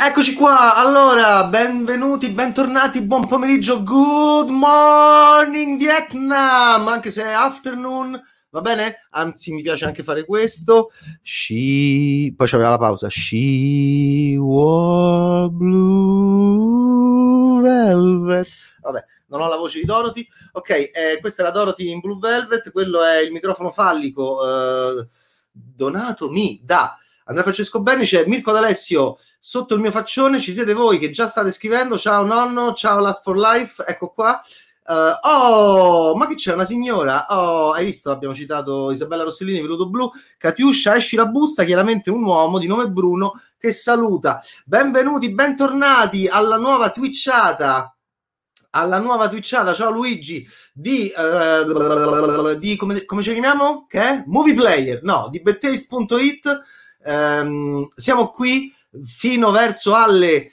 Eccoci qua, allora, benvenuti, bentornati, buon pomeriggio, good morning Vietnam, anche se è afternoon, va bene? Anzi, mi piace anche fare questo, poi c'aveva la pausa, she wore blue velvet, vabbè, non ho la voce di Dorothy, ok, questa è la Dorothy in blue velvet, quello è il microfono fallico, donatomi da Andrea Francesco Bernice, Mirko D'Alessio. Sotto il mio faccione ci siete voi che già state scrivendo. Ciao nonno, ciao Last for Life, ecco qua. Oh, ma che c'è una signora? Oh, hai visto? Abbiamo citato Isabella Rossellini, Veluto Blu. Catiuscia, esci la busta, chiaramente un uomo di nome Bruno che saluta. Benvenuti, bentornati alla nuova Twitchata. Ciao Luigi di come ci chiamiamo? Che è? Movie Player, no, di bettaste.it. Siamo qui fino verso alle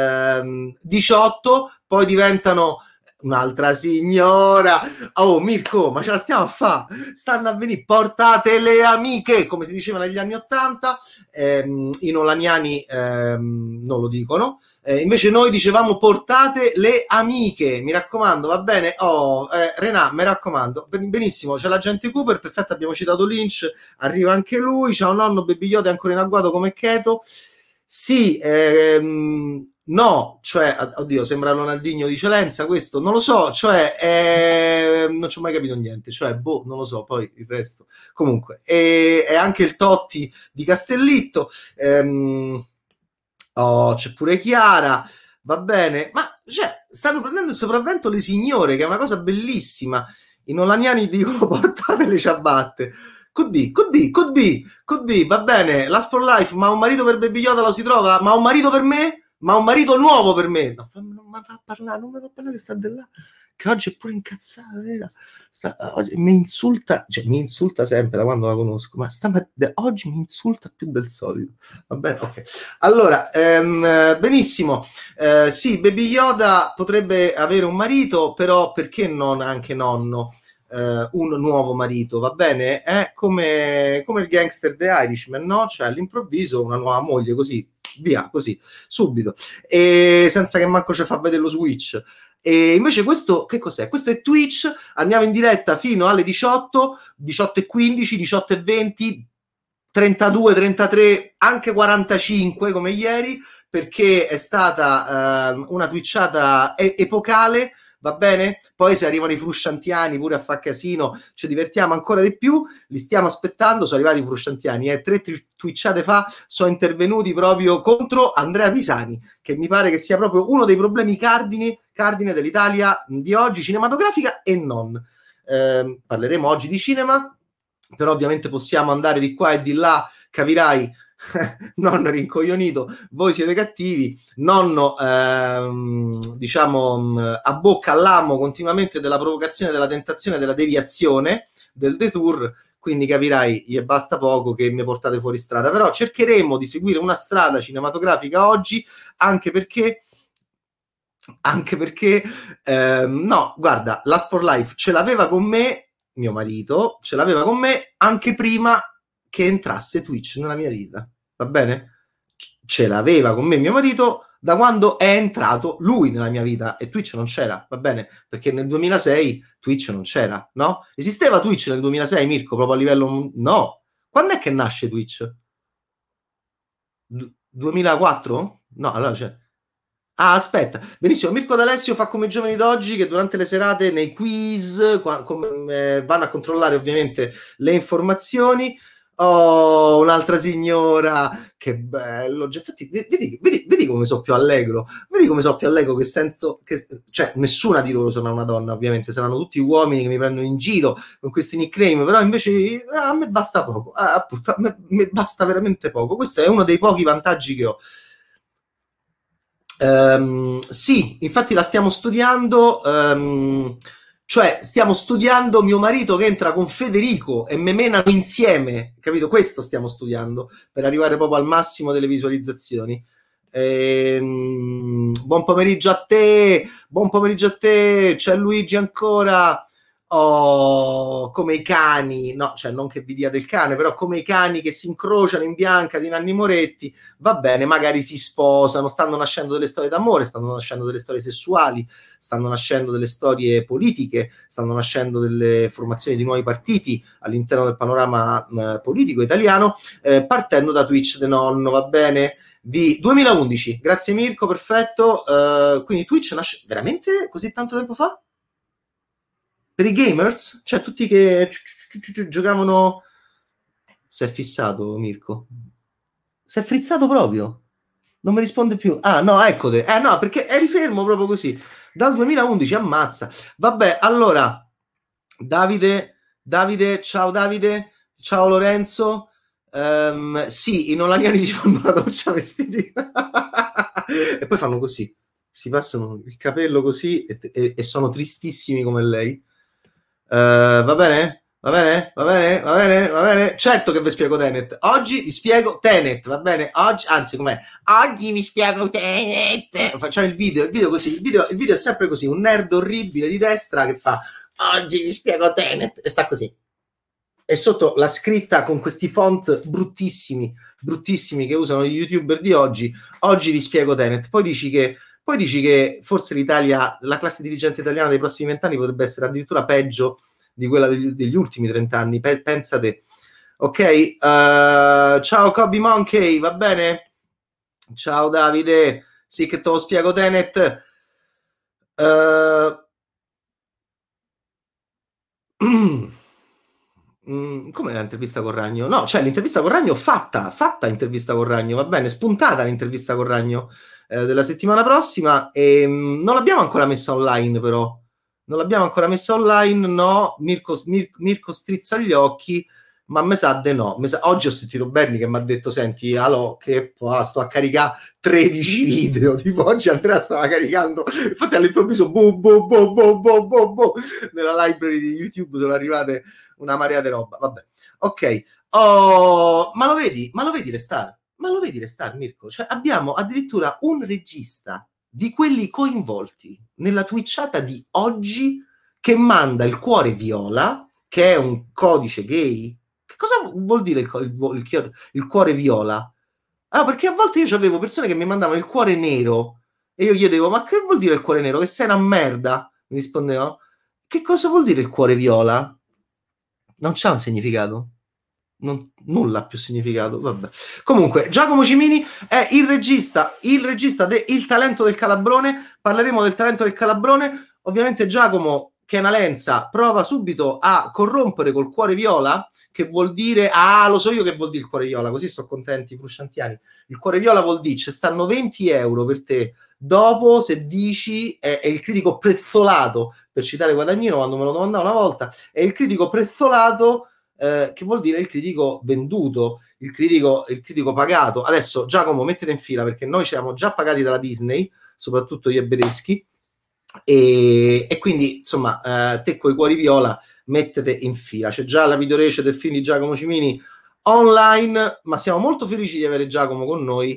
18, poi diventano un'altra signora. Oh Mirko, ma ce la stiamo a fare? Stanno a venire, portate le amiche, come si diceva negli anni 80. I nolaniani non lo dicono. Invece noi dicevamo portate le amiche, mi raccomando, va bene? Oh, Renà, mi raccomando, benissimo, c'è l'agente Cooper, perfetto, abbiamo citato Lynch, arriva anche lui, ciao nonno, Baby Yoda è ancora in agguato come Keto. Sì, no, cioè, oddio, sembra Ronaldinho di Celenza questo, non lo so, cioè, non ci ho mai capito niente, cioè, non lo so, poi il resto. Comunque, è anche il Totti di Castellitto, oh, c'è pure Chiara, va bene, ma cioè, stanno prendendo il sopravvento le signore, che è una cosa bellissima. I nolaniani dicono portate le ciabatte. Così, va bene, Last for Life, ma un marito per Baby Yoda lo si trova? Ma un marito per me? Ma un marito nuovo per me? No, non mi fa parlare, non mi fa parlare che sta di là, che oggi è pure incazzata, vera? Oggi mi insulta, cioè mi insulta sempre da quando la conosco, ma oggi mi insulta più del solito. Va bene, ok. Allora, benissimo. Sì, Baby Yoda potrebbe avere un marito, però perché non anche nonno? Un nuovo marito, va bene? È come il gangster The Irishman, no? Cioè all'improvviso una nuova moglie, così, via, così, subito. E senza che manco ci fa vedere lo switch. E invece questo, che cos'è? Questo è Twitch, andiamo in diretta fino alle 18, 18:15, 18:20, 32, 33, anche 45 come ieri, perché è stata una twitchata epocale, va bene? Poi se arrivano i frusciantiani pure a far casino, ci divertiamo ancora di più, li stiamo aspettando, sono arrivati i frusciantiani, 3 twitchate fa sono intervenuti proprio contro Andrea Pisani, che mi pare che sia proprio uno dei problemi cardine dell'Italia di oggi, cinematografica e non. Parleremo oggi di cinema, però ovviamente possiamo andare di qua e di là, capirai, nonno rincoglionito, voi siete cattivi, nonno diciamo a bocca all'amo continuamente della provocazione, della tentazione, della deviazione, del detour, quindi capirai, gli basta poco che mi portate fuori strada, però cercheremo di seguire una strada cinematografica oggi, anche perché no, guarda, Last for Life ce l'aveva con me, mio marito, ce l'aveva con me anche prima che entrasse Twitch nella mia vita, va bene? Ce l'aveva con me mio marito da quando è entrato lui nella mia vita e Twitch non c'era, va bene? Perché nel 2006 Twitch non c'era, no? Esisteva Twitch nel 2006, Mirko, proprio a livello... No! Quando è che nasce Twitch? 2004? No, allora c'è... Ah, aspetta, benissimo. Mirko D'Alessio fa come i giovani d'oggi che durante le serate nei quiz vanno a controllare ovviamente le informazioni. Oh, un'altra signora, che bello. Infatti, vedi come so più allegro. Vedi come so più allegro che sento che, cioè, nessuna di loro sarà una donna, ovviamente, saranno tutti uomini che mi prendono in giro con questi nickname, però invece a me basta poco. Appunto, a me basta veramente poco. Questo è uno dei pochi vantaggi che ho. Sì, infatti la stiamo studiando, cioè stiamo studiando mio marito che entra con Federico e me menano insieme, capito? Questo stiamo studiando per arrivare proprio al massimo delle visualizzazioni. Buon pomeriggio a te, c'è Luigi ancora. o come i cani, no, cioè non che vi dia del cane, però come i cani che si incrociano in Bianca di Nanni Moretti, va bene, magari si sposano, stanno nascendo delle storie d'amore, stanno nascendo delle storie sessuali, stanno nascendo delle storie politiche, stanno nascendo delle formazioni di nuovi partiti all'interno del panorama politico italiano, partendo da Twitch de nonno, va bene? 2011, grazie Mirko, perfetto. Quindi Twitch nasce veramente così tanto tempo fa? Per i gamers? Cioè tutti che giocavano... Si è fissato Mirko? Si è frizzato proprio? Non mi risponde più. Ah no, eccole. No, perché eri fermo proprio così. Dal 2011, ammazza. Vabbè, allora, Davide, ciao Davide, ciao Lorenzo. Sì, i nolaniani si fanno la doccia vestiti e poi fanno così, si passano il capello così e sono tristissimi come lei. Va bene? Va bene? Va bene? Va bene? Va bene? Certo che vi spiego Tenet. Oggi vi spiego Tenet, va bene? Oggi, anzi, com'è? Oggi vi spiego Tenet. Facciamo il video così. Il video è sempre così, un nerd orribile di destra che fa oggi vi spiego Tenet e sta così. E sotto la scritta con questi font bruttissimi che usano gli youtuber di oggi vi spiego Tenet. Poi dici che forse l'Italia, la classe dirigente italiana dei prossimi 20 anni potrebbe essere addirittura peggio di quella degli ultimi 30 anni. Pensate. Ok, ciao Kobe Monkey, va bene? Ciao Davide, sì che te lo spiego Tenet. Come l'intervista con Ragno? No, cioè l'intervista con Ragno fatta intervista con Ragno, va bene, spuntata l'intervista con Ragno della settimana prossima e non l'abbiamo ancora messa online però, non l'abbiamo ancora messa online, no, Mirko strizza gli occhi, ma me sa de no. Oggi ho sentito Berni che mi ha detto, senti, alò, che sto a caricare 13 video, tipo oggi Andrea stava caricando, infatti all'improvviso nella library di YouTube sono arrivate una marea di roba, vabbè. Ok, ma lo vedi le star? Ma lo vedi le star, Mirko? Cioè abbiamo addirittura un regista di quelli coinvolti nella twitchata di oggi che manda il cuore viola, che è un codice gay. Che cosa vuol dire il cuore viola? Ah, perché a volte io avevo persone che mi mandavano il cuore nero e io chiedevo, ma che vuol dire il cuore nero? Che sei una merda? Mi rispondevano, che cosa vuol dire il cuore viola? Non c'ha un significato. Nulla più significato, vabbè. Comunque, Giacomo Cimini è il regista de Il talento del calabrone. Parleremo del talento del calabrone. Ovviamente Giacomo, che è una lenza, prova subito a corrompere col cuore viola, che vuol dire, lo so io che vuol dire il cuore viola, così sto contenti i frusciantiani. Il cuore viola vuol dire, ci stanno 20 euro per te. Dopo, se dici, è il critico prezzolato, per citare Guadagnino, quando me lo domandava una volta, è il critico prezzolato, che vuol dire il critico venduto, il critico pagato. Adesso Giacomo mettete in fila perché noi siamo già pagati dalla Disney, soprattutto gli ebedeschi, e quindi insomma te coi cuori viola mettete in fila. C'è già la videorece del film di Giacomo Cimini online, ma siamo molto felici di avere Giacomo con noi.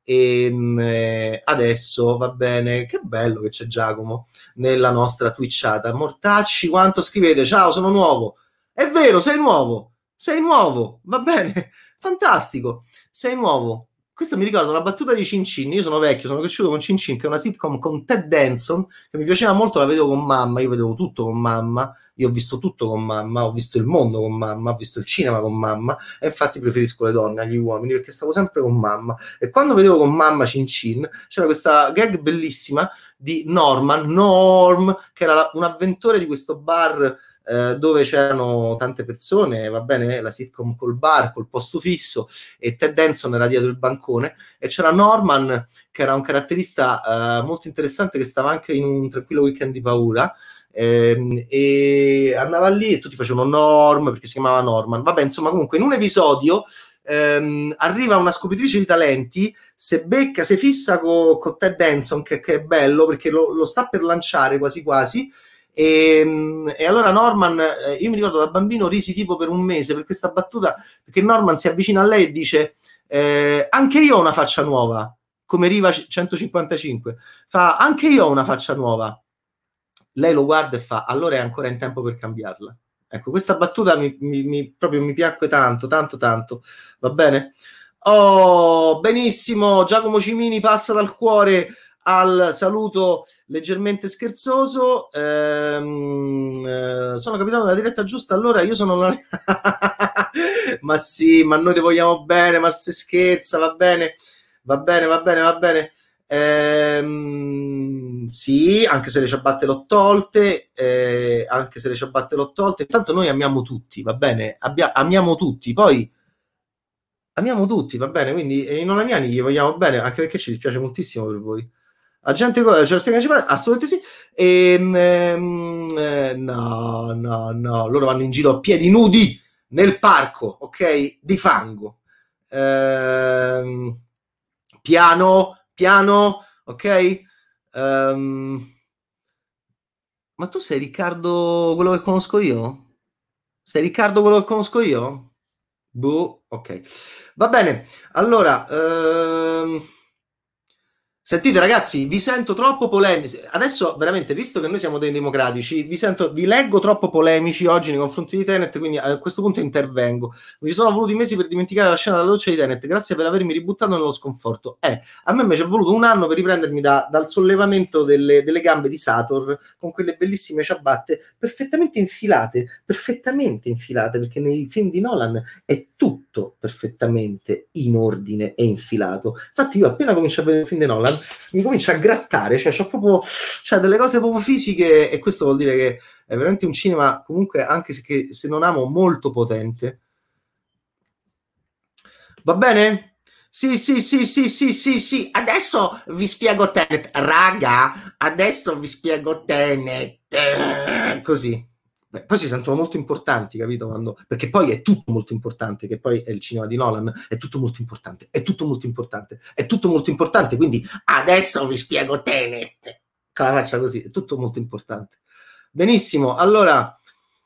E adesso va bene, che bello che c'è Giacomo nella nostra twitchata. Mortacci, quanto scrivete? Ciao, sono nuovo. È vero, sei nuovo, va bene, fantastico, sei nuovo. Questa mi ricorda una battuta di Cin Cin. Io sono vecchio, sono cresciuto con Cin Cin, che è una sitcom con Ted Danson, che mi piaceva molto, la vedevo con mamma, io vedevo tutto con mamma, io ho visto tutto con mamma, ho visto il mondo con mamma, ho visto il cinema con mamma, e infatti preferisco le donne agli uomini, perché stavo sempre con mamma. E quando vedevo con mamma Cin Cin, c'era questa gag bellissima di Norm, che era un avventore di questo bar dove c'erano tante persone, va bene, la sitcom col bar, col posto fisso, e Ted Danson era dietro il bancone, e c'era Norman, che era un caratterista molto interessante, che stava anche in Un tranquillo weekend di paura, e andava lì e tutti facevano Norm, perché si chiamava Norman. Vabbè, insomma, comunque in un episodio arriva una scopritrice di talenti, se fissa con Ted Danson, che è bello, perché lo sta per lanciare quasi quasi, e allora Norman, io mi ricordo da bambino risi tipo per un mese per questa battuta, perché Norman si avvicina a lei e dice anche io ho una faccia nuova, come Riva 155 fa, anche io ho una faccia nuova, lei lo guarda e fa: allora è ancora in tempo per cambiarla. Ecco, questa battuta proprio mi piacque tanto, tanto, tanto. Va bene? Oh, benissimo. Giacomo Cimini passa dal cuore al saluto leggermente scherzoso. Sono capitato nella diretta giusta, allora io sono una... Ma sì, ma noi ti vogliamo bene, ma se scherza, va bene, va bene, va bene, va bene. Sì, anche se le ciabatte l'ho tolte, anche se le ciabatte l'ho tolte, intanto noi amiamo tutti, va bene? Amiamo tutti, poi amiamo tutti, va bene? Quindi i nolaniani gli vogliamo bene, anche perché ci dispiace moltissimo per voi. La gente ce lo spiega principale? Assolutamente sì. No, no, no, loro vanno in giro a piedi nudi nel parco, ok? Di fango. Piano, piano, ok? Ehm, ma tu sei Riccardo quello che conosco io? Sei Riccardo quello che conosco io? Boh, ok. Va bene. Allora, sentite ragazzi, vi sento troppo polemici. Adesso veramente, visto che noi siamo dei democratici, vi leggo troppo polemici oggi nei confronti di Tenet, quindi a questo punto intervengo. Mi sono voluti mesi per dimenticare la scena della doccia di Tenet, grazie per avermi ributtato nello sconforto. A me invece è voluto un anno per riprendermi dal sollevamento delle gambe di Sator con quelle bellissime ciabatte perfettamente infilate, perché nei film di Nolan è tutto perfettamente in ordine e infilato. Infatti io appena comincio a vedere il film di Nolan mi comincia a grattare, cioè c'ho proprio delle cose proprio fisiche, e questo vuol dire che è veramente un cinema comunque, anche se non amo, molto potente. Va bene? Sì, sì, sì, sì, sì, sì, sì. Adesso vi spiego Tenet. Raga, adesso vi spiego Tenet. Così. Beh, poi si sentono molto importanti, capito? Perché poi è tutto molto importante, che poi è il cinema di Nolan, è tutto molto importante, è tutto molto importante, è tutto molto importante, quindi adesso vi spiego Tenet. Con la faccia così, è tutto molto importante. Benissimo, allora...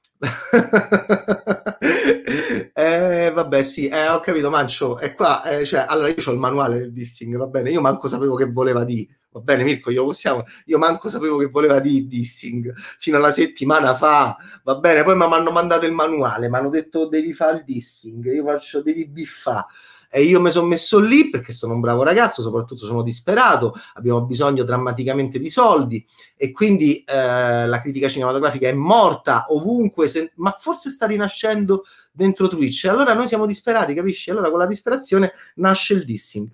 Vabbè, sì, ho capito, Mancio, è qua, cioè, allora io ho il manuale del dissing, va bene, io manco sapevo che voleva di, va bene, Mirko, io manco sapevo che voleva di dissing, fino alla settimana fa, va bene, poi mi hanno mandato il manuale, mi hanno detto devi fare il dissing, io faccio, devi biffare, e io mi sono messo lì perché sono un bravo ragazzo, soprattutto sono disperato, abbiamo bisogno drammaticamente di soldi, e quindi la critica cinematografica è morta ovunque, ma forse sta rinascendo dentro Twitch. E allora noi siamo disperati, capisci? Allora con la disperazione nasce il dissing.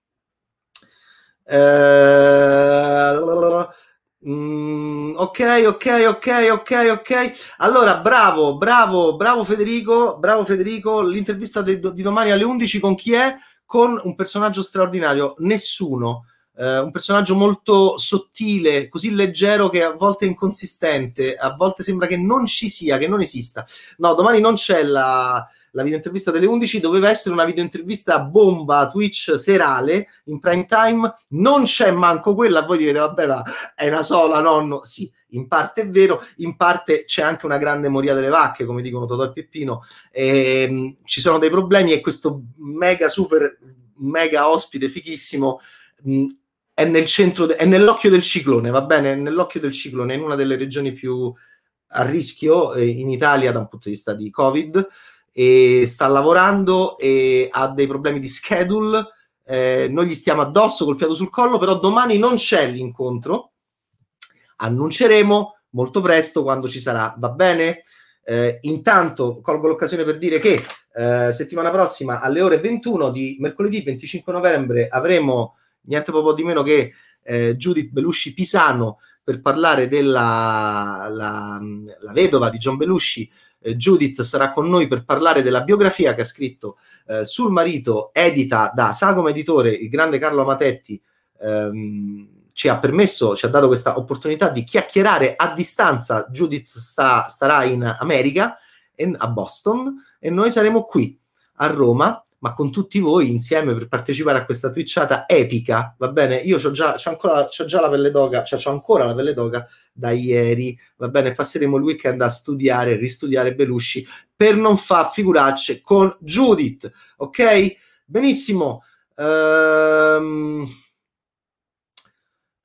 Ok, ok, ok, ok, ok. Allora, bravo Federico. L'intervista di domani alle 11 con chi è? Con un personaggio straordinario, nessuno. Un personaggio molto sottile, così leggero che a volte è inconsistente, a volte sembra che non ci sia, che non esista. No, domani non c'è la videointervista delle 11, doveva essere una videointervista bomba Twitch serale in prime time, non c'è manco quella. Voi direte vabbè, ma è una sola, nonno. Sì, in parte è vero, in parte c'è anche una grande moria delle vacche, come dicono Totò e Peppino, ci sono dei problemi, e questo mega ospite fighissimo è nel centro, è nell'occhio del ciclone, va bene? Nell'occhio del ciclone, in una delle regioni più a rischio in Italia da un punto di vista di Covid, e sta lavorando e ha dei problemi di schedule. Noi gli stiamo addosso col fiato sul collo, però domani non c'è l'incontro. Annunceremo molto presto quando ci sarà, va bene? Intanto colgo l'occasione per dire che settimana prossima alle ore 21 di mercoledì 25 novembre avremo niente proprio di meno che Judith Belushi Pisano per parlare della la vedova di John Belushi. Judith sarà con noi per parlare della biografia che ha scritto sul marito, edita da Sagoma Editore, il grande Carlo Amatetti. Ci ha dato questa opportunità di chiacchierare a distanza. Judith starà in America, a Boston, e noi saremo qui a Roma, ma con tutti voi insieme per partecipare a questa twitchata epica, va bene? Io c'ho già la pelle d'oca, c'ho ancora la pelle d'oca da ieri, va bene? Passeremo il weekend a studiare, ristudiare Belushi per non far figuracce con Judith, ok? Benissimo.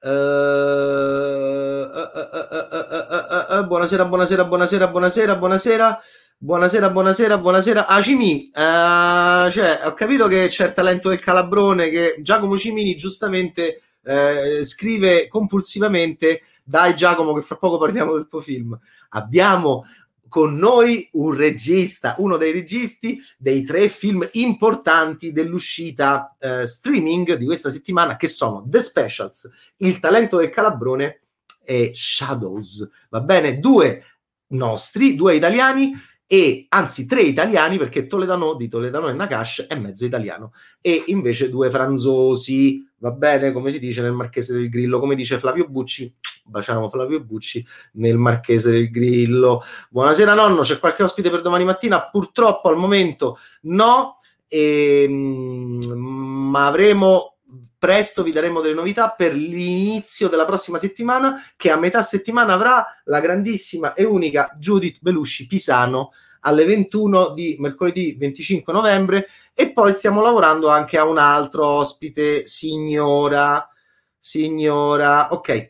Buonasera, buonasera, buonasera, buonasera, buonasera. Buonasera, buonasera, buonasera. Cimì, cioè, ho capito che c'è il talento del calabrone, che Giacomo Cimini giustamente scrive compulsivamente. Dai Giacomo, che fra poco parliamo del tuo film. Abbiamo con noi un regista, uno dei registi dei 3 film importanti dell'uscita streaming di questa settimana, che sono The Specials, Il talento del calabrone e Shadows. Va bene? 2 nostri, 2 italiani, e anzi 3 italiani, perché Toledano di Toledano e Nakash è mezzo italiano, e invece 2 franzosi, va bene, come si dice nel Marchese del Grillo, come dice Flavio Bucci, baciamo Flavio Bucci nel Marchese del Grillo. Buonasera nonno, c'è qualche ospite per domani mattina? Purtroppo al momento no, ma avremo presto, vi daremo delle novità per l'inizio della prossima settimana, che a metà settimana avrà la grandissima e unica Judith Belushi Pisano alle 21 di mercoledì 25 novembre, e poi stiamo lavorando anche a un altro ospite, signora, ok.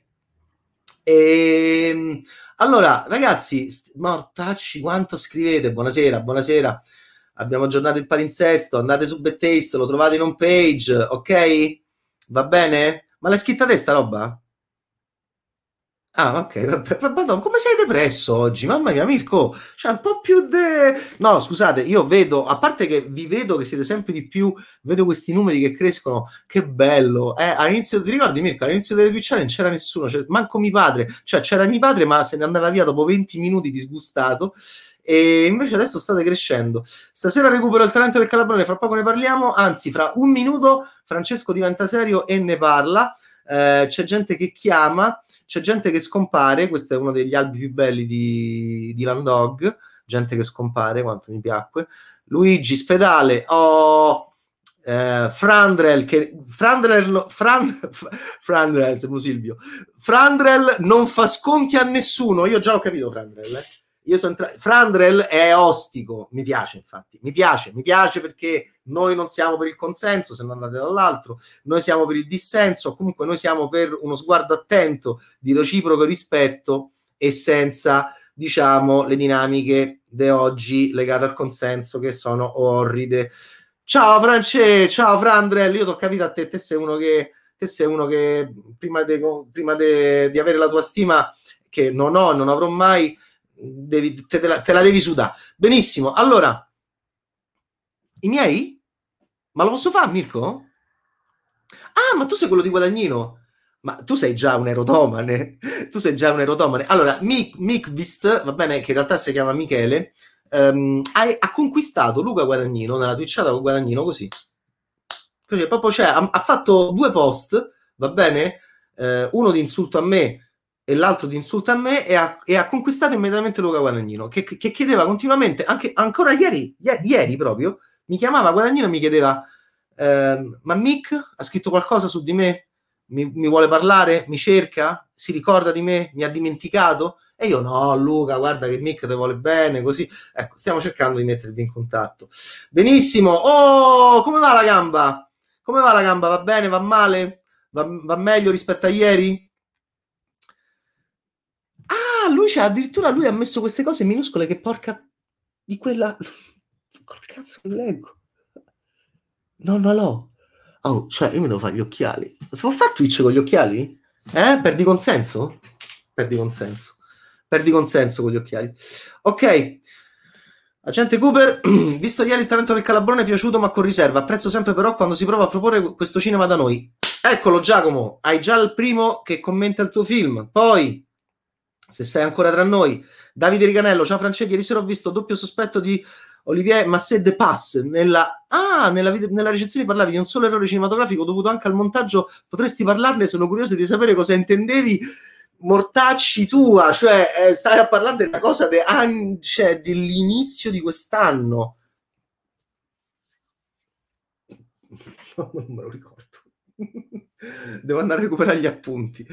Allora ragazzi, mortacci quanto scrivete, buonasera, buonasera, abbiamo aggiornato il palinsesto, andate su Bettaste, lo trovate in home page, ok? Va bene? Ma l'hai scritta te sta roba? Ah, ok, vabbè. Madonna, come sei depresso oggi? Mamma mia, Mirko, c'è un po' più de... No, scusate, io vedo, a parte che vi vedo che siete sempre di più, vedo questi numeri che crescono, che bello. All'inizio, ti ricordi Mirko, all'inizio delle Twitch non c'era nessuno, manco mio padre, cioè c'era mio padre ma se ne andava via dopo 20 minuti disgustato, e invece adesso state crescendo. Stasera recupero il talento del calabrone, fra poco ne parliamo, anzi fra un minuto Francesco diventa serio e ne parla. C'è gente che chiama, c'è gente che scompare, questo è uno degli albi più belli di Landog, gente che scompare, quanto mi piacque. Luigi Spedale, Frandrel, siamo Silvio. Frandrel non fa sconti a nessuno, io già ho capito Frandrel, Frandrel è ostico, mi piace infatti, mi piace perché noi non siamo per il consenso, se non andate dall'altro, noi siamo per il dissenso, comunque noi siamo per uno sguardo attento di reciproco rispetto e senza, diciamo, le dinamiche di oggi legate al consenso che sono orride. Ciao France, ciao Frandrel, io ti ho capito a te, te sei uno che prima di avere la tua stima, che non ho, non avrò mai, te la devi sudare. Benissimo, allora, i miei? Ma lo posso fare, Mirko? Ah, ma tu sei quello di Guadagnino? Ma tu sei già un erotomane. Tu sei già un erotomane. Allora, Mikvist, va bene, che in realtà si chiama Michele, ha conquistato Luca Guadagnino nella twitchata con Guadagnino così. Così, proprio, cioè, ha fatto 2 post, va bene? Uno di insulto a me e l'altro di insulto a me, e ha conquistato immediatamente Luca Guadagnino, che chiedeva continuamente, anche ancora ieri proprio, mi chiamava Guadagnino e mi chiedeva ma Mick ha scritto qualcosa su di me? Mi vuole parlare? Mi cerca? Si ricorda di me? Mi ha dimenticato? E io no, Luca, guarda che Mick te vuole bene, così. Ecco, stiamo cercando di mettervi in contatto. Benissimo. Oh, come va la gamba? Come va la gamba? Va bene? Va male? Va meglio rispetto a ieri? Ah, addirittura lui ha messo queste cose minuscole, che porca di quella... Col cazzo che leggo? No, no, no. Oh, cioè, io mi devo fare gli occhiali. Si può fare Twitch con gli occhiali? Perdi consenso? Perdi consenso. Perdi consenso con gli occhiali. Ok. Agente Cooper, visto ieri il talento del calabrone è piaciuto ma con riserva. Apprezzo sempre però quando si prova a proporre questo cinema da noi. Eccolo Giacomo, hai già il primo che commenta il tuo film. Poi, se sei ancora tra noi, Davide Riganello, ciao Francesco, ieri sera ho visto Doppio sospetto di Olivier Masset de Pass. Nella recensione parlavi di un solo errore cinematografico dovuto anche al montaggio. Potresti parlarne? Sono curioso di sapere cosa intendevi. Mortacci tua, cioè stai a parlare della cosa cioè, dell'inizio di quest'anno. No, non me lo ricordo. Devo andare a recuperare gli appunti.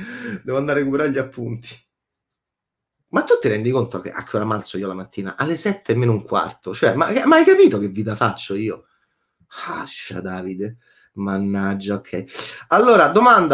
Ma tu ti rendi conto che a che ora malzo io la mattina? Alle 7:15. Cioè, ma hai capito che vita faccio io? Ascia Davide. Mannaggia, ok. Allora, domande.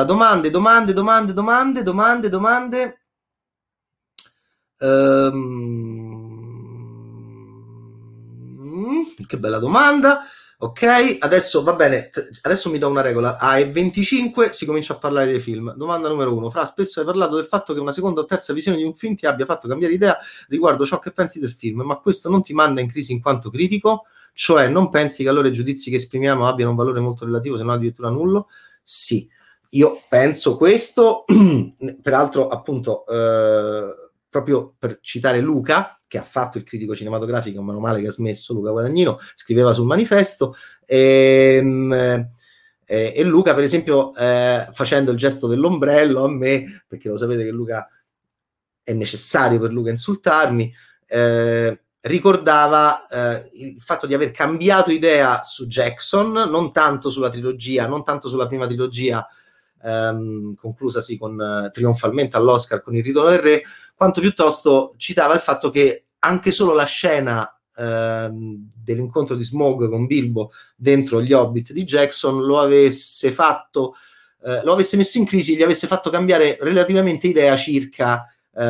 Che bella domanda. Ok, adesso va bene, adesso mi do una regola. Ai 25 si comincia a parlare dei film. Domanda numero 1. Fra, spesso hai parlato del fatto che una seconda o terza visione di un film ti abbia fatto cambiare idea riguardo ciò che pensi del film, ma questo non ti manda in crisi in quanto critico? Cioè, non pensi che allora i giudizi che esprimiamo abbiano un valore molto relativo, se non addirittura nullo? Sì, io penso questo, peraltro appunto proprio per citare Luca, che ha fatto il critico cinematografico, meno male che ha smesso, Luca Guadagnino, scriveva sul manifesto, e Luca per esempio facendo il gesto dell'ombrello a me, perché lo sapete che Luca è necessario per Luca insultarmi, ricordava il fatto di aver cambiato idea su Jackson, non tanto sulla trilogia, non tanto sulla prima trilogia, conclusasi trionfalmente all'Oscar con Il Ritorno del Re, quanto piuttosto citava il fatto che anche solo la scena dell'incontro di Smaug con Bilbo dentro gli Hobbit di Jackson lo avesse messo in crisi, gli avesse fatto cambiare relativamente idea circa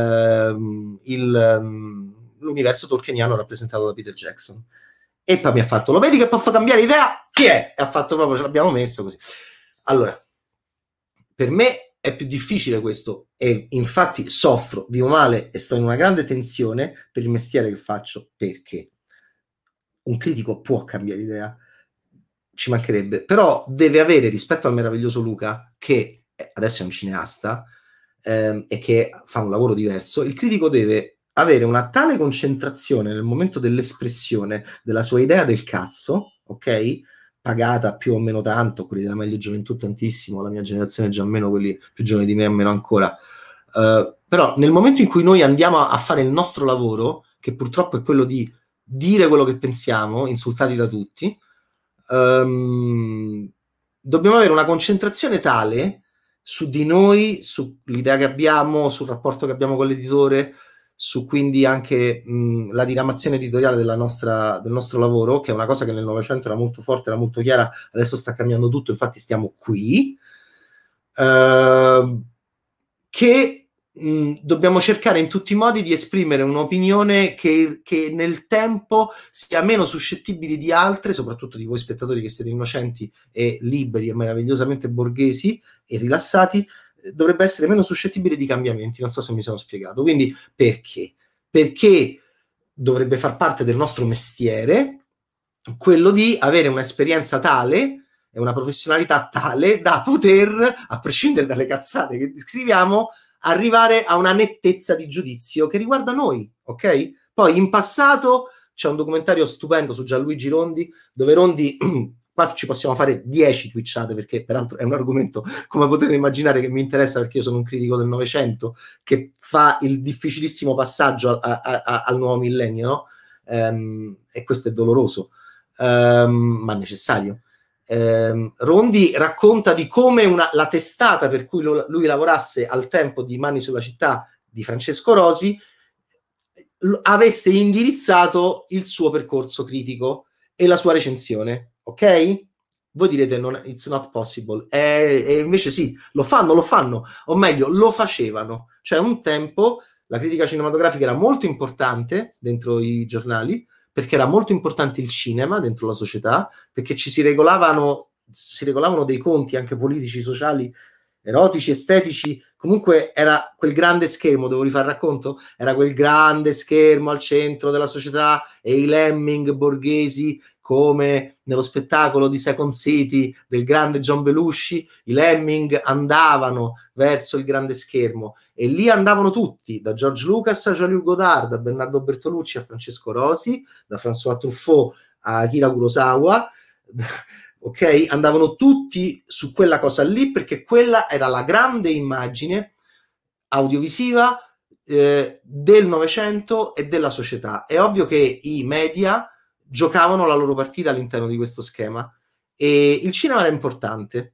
l'universo tolkieniano rappresentato da Peter Jackson. E poi mi ha fatto, lo vedi che posso cambiare idea? Chi è? E ha fatto proprio, ce l'abbiamo messo così. Allora, per me è più difficile questo e infatti soffro, vivo male e sto in una grande tensione per il mestiere che faccio, perché un critico può cambiare idea, ci mancherebbe, però deve avere, rispetto al meraviglioso Luca, che adesso è un cineasta e che fa un lavoro diverso, il critico deve avere una tale concentrazione nel momento dell'espressione della sua idea del cazzo, ok? Pagata più o meno tanto, quelli della meglio gioventù tantissimo, la mia generazione già meno, quelli più giovani di me meno ancora. Però nel momento in cui noi andiamo a fare il nostro lavoro, che purtroppo è quello di dire quello che pensiamo, insultati da tutti, dobbiamo avere una concentrazione tale su di noi, sull'idea che abbiamo, sul rapporto che abbiamo con l'editore, su quindi anche la diramazione editoriale del nostro lavoro, che è una cosa che nel Novecento era molto forte, era molto chiara, adesso sta cambiando tutto, infatti stiamo qui, che dobbiamo cercare in tutti i modi di esprimere un'opinione che nel tempo sia meno suscettibile di altre, soprattutto di voi spettatori che siete innocenti e liberi e meravigliosamente borghesi e rilassati, dovrebbe essere meno suscettibile di cambiamenti. Non so se mi sono spiegato. Quindi perché? Perché dovrebbe far parte del nostro mestiere quello di avere un'esperienza tale e una professionalità tale da poter, a prescindere dalle cazzate che scriviamo, arrivare a una nettezza di giudizio che riguarda noi, ok? Poi in passato c'è un documentario stupendo su Gianluigi Rondi, dove Rondi, qua ci possiamo fare 10 twitchate, perché peraltro è un argomento, come potete immaginare, che mi interessa, perché io sono un critico del Novecento, che fa il difficilissimo passaggio al nuovo millennio, no? E questo è doloroso, ma necessario. Rondi racconta di come la testata per cui lui lavorasse al tempo di Mani sulla città di Francesco Rosi avesse indirizzato il suo percorso critico e la sua recensione, ok? Voi direte it's not possible, e invece sì, lo fanno, o meglio lo facevano. Cioè un tempo la critica cinematografica era molto importante dentro i giornali, perché era molto importante il cinema dentro la società, perché si regolavano dei conti anche politici, sociali, erotici, estetici. Comunque era quel grande schermo, devo rifare il racconto, era quel grande schermo al centro della società e i lemming borghesi, come nello spettacolo di Second City del grande John Belushi, i lemming andavano verso il grande schermo e lì andavano tutti, da George Lucas a Jean-Luc Godard, da Bernardo Bertolucci a Francesco Rosi, da François Truffaut a Akira Kurosawa, ok? Andavano tutti su quella cosa lì, perché quella era la grande immagine audiovisiva del Novecento e della società. È ovvio che i media giocavano la loro partita all'interno di questo schema e il cinema era importante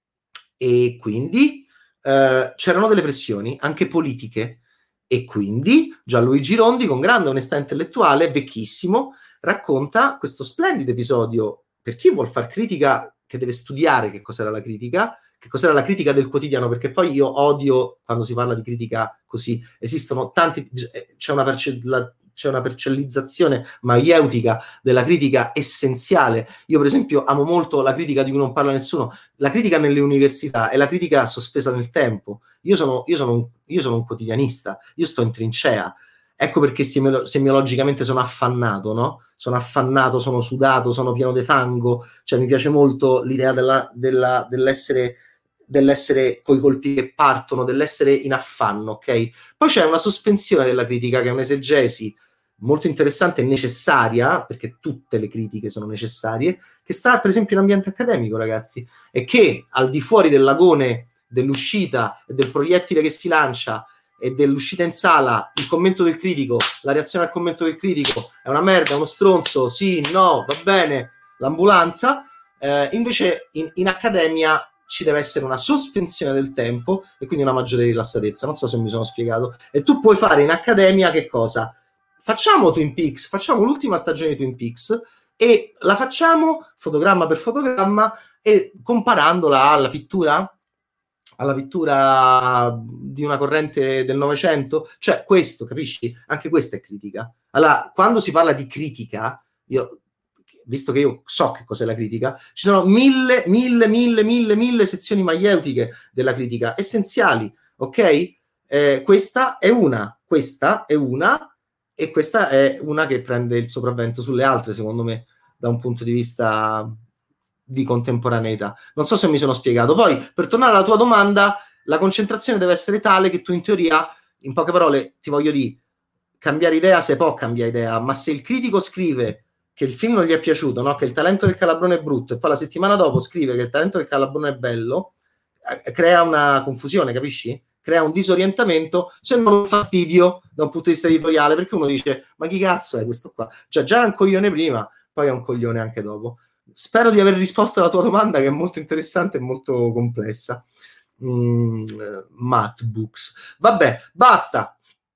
e quindi c'erano delle pressioni anche politiche e quindi Gianluigi Rondi, con grande onestà intellettuale, vecchissimo, racconta questo splendido episodio per chi vuol far critica che deve studiare che cos'era la critica, che cos'era la critica del quotidiano, perché poi io odio quando si parla di critica così. Esistono tanti, c'è una parcellizzazione maieutica della critica essenziale. Io per esempio amo molto la critica di cui non parla nessuno, la critica nelle università è la critica sospesa nel tempo. Io sono un quotidianista, io sto in trincea. Ecco perché semiologicamente sono affannato, no? Sono affannato, sono sudato, sono pieno di fango. Cioè mi piace molto l'idea dell'essere coi colpi che partono, dell'essere in affanno, ok? Poi c'è una sospensione della critica che è un'esegesi molto interessante e necessaria, perché tutte le critiche sono necessarie, che sta per esempio in ambiente accademico, ragazzi, e che al di fuori del lagone dell'uscita e del proiettile che si lancia e dell'uscita in sala, il commento del critico, la reazione al commento del critico è una merda, è uno stronzo, sì, no, va bene, l'ambulanza, invece in accademia ci deve essere una sospensione del tempo e quindi una maggiore rilassatezza. Non so se mi sono spiegato. E tu puoi fare in accademia che cosa? Facciamo Twin Peaks, facciamo l'ultima stagione di Twin Peaks e la facciamo fotogramma per fotogramma e comparandola alla pittura di una corrente del Novecento, cioè questo, capisci? Anche questa è critica. Allora, quando si parla di critica, io, visto che io so che cos'è la critica, ci sono mille sezioni maieutiche della critica, essenziali, ok? Questa è una, e questa è una che prende il sopravvento sulle altre, secondo me, da un punto di vista di contemporaneità. Non so se mi sono spiegato. Poi, per tornare alla tua domanda, la concentrazione deve essere tale che tu in teoria, in poche parole, ti voglio dire, cambiare idea se può cambiare idea, ma se il critico scrive che il film non gli è piaciuto, no? Che il talento del Calabrone è brutto, e poi la settimana dopo scrive che il talento del Calabrone è bello, crea una confusione, capisci? Crea un disorientamento, se non un fastidio da un punto di vista editoriale, perché uno dice, ma chi cazzo è questo qua? Cioè, già era un coglione prima, poi è un coglione anche dopo. Spero di aver risposto alla tua domanda, che è molto interessante e molto complessa. Math Books. Vabbè, basta.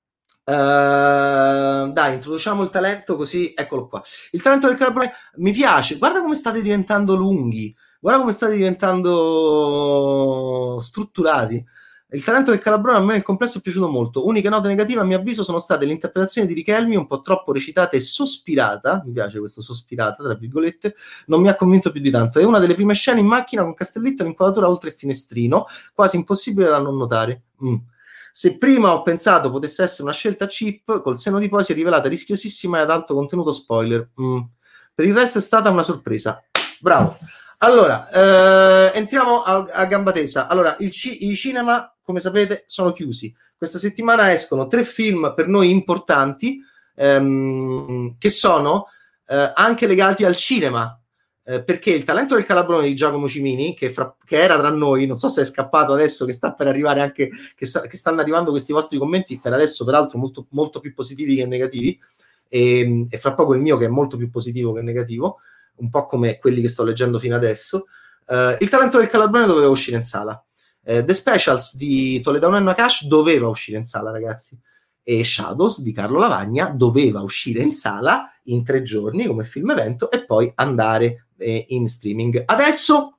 Dai, introduciamo il talento, così eccolo qua. Il talento del Calabrone mi piace. Guarda come state diventando lunghi, guarda come state diventando strutturati. Il talento del Calabrone a me nel complesso è piaciuto molto. Uniche note negative a mio avviso sono state l'interpretazione di Richelmi un po' troppo recitata e sospirata. Mi piace questo sospirata, tra virgolette. Non mi ha convinto più di tanto. È una delle prime scene in macchina con Castellitto in inquadratura oltre il finestrino, quasi impossibile da non notare. Se prima ho pensato potesse essere una scelta cheap, col seno di poi si è rivelata rischiosissima e ad alto contenuto spoiler. Per il resto è stata una sorpresa. Bravo. Allora, entriamo a gamba tesa. Allora, i cinema, come sapete, sono chiusi. Questa settimana escono 3 film per noi importanti, che sono anche legati al cinema. Perché il talento del Calabrone di Giacomo Cimini, che era tra noi, non so se è scappato adesso, che sta per arrivare anche, che stanno arrivando questi vostri commenti, per adesso peraltro molto, molto più positivi che negativi, e fra poco il mio che è molto più positivo che negativo, un po' come quelli che sto leggendo fino adesso. Il talento del Calabrone doveva uscire in sala. The Specials di Toledano e Nakash doveva uscire in sala, ragazzi. E Shadows di Carlo Lavagna doveva uscire in sala in 3 giorni come film evento e poi andare in streaming. Adesso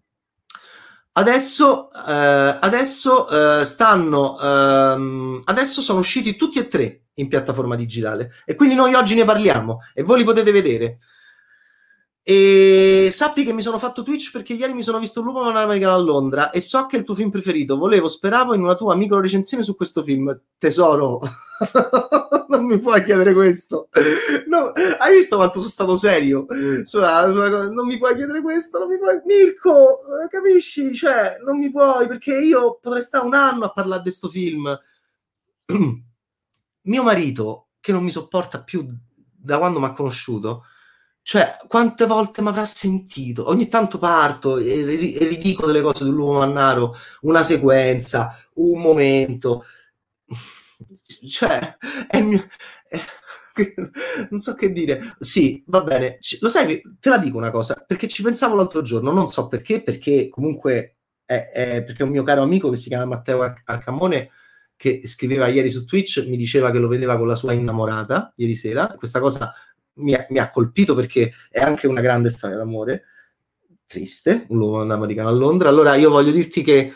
sono usciti tutti e 3 in piattaforma digitale e quindi noi oggi ne parliamo e voi li potete vedere. E sappi che mi sono fatto Twitch perché ieri mi sono visto Lupo Americano a Londra e so che è il tuo film preferito. Speravo in una tua micro recensione su questo film. Tesoro, non mi puoi chiedere questo. No, hai visto quanto sono stato serio? Non mi puoi chiedere questo, non mi puoi... Mirko, capisci? Cioè, non mi puoi, perché io potrei stare un anno a parlare di questo film. Mio marito, che non mi sopporta più da quando mi ha conosciuto, cioè, quante volte mi avrà sentito? Ogni tanto parto e ridico delle cose dell'uomo mannaro, una sequenza, un momento. Cioè, è il mio... non so che dire. Sì, va bene. Lo sai, te la dico una cosa, perché ci pensavo l'altro giorno, non so perché comunque perché un mio caro amico che si chiama Matteo Arcamone, che scriveva ieri su Twitch, mi diceva che lo vedeva con la sua innamorata ieri sera. Questa cosa mi ha colpito perché è anche una grande storia d'amore. triste, un lupo americano a Londra. Allora io voglio dirti che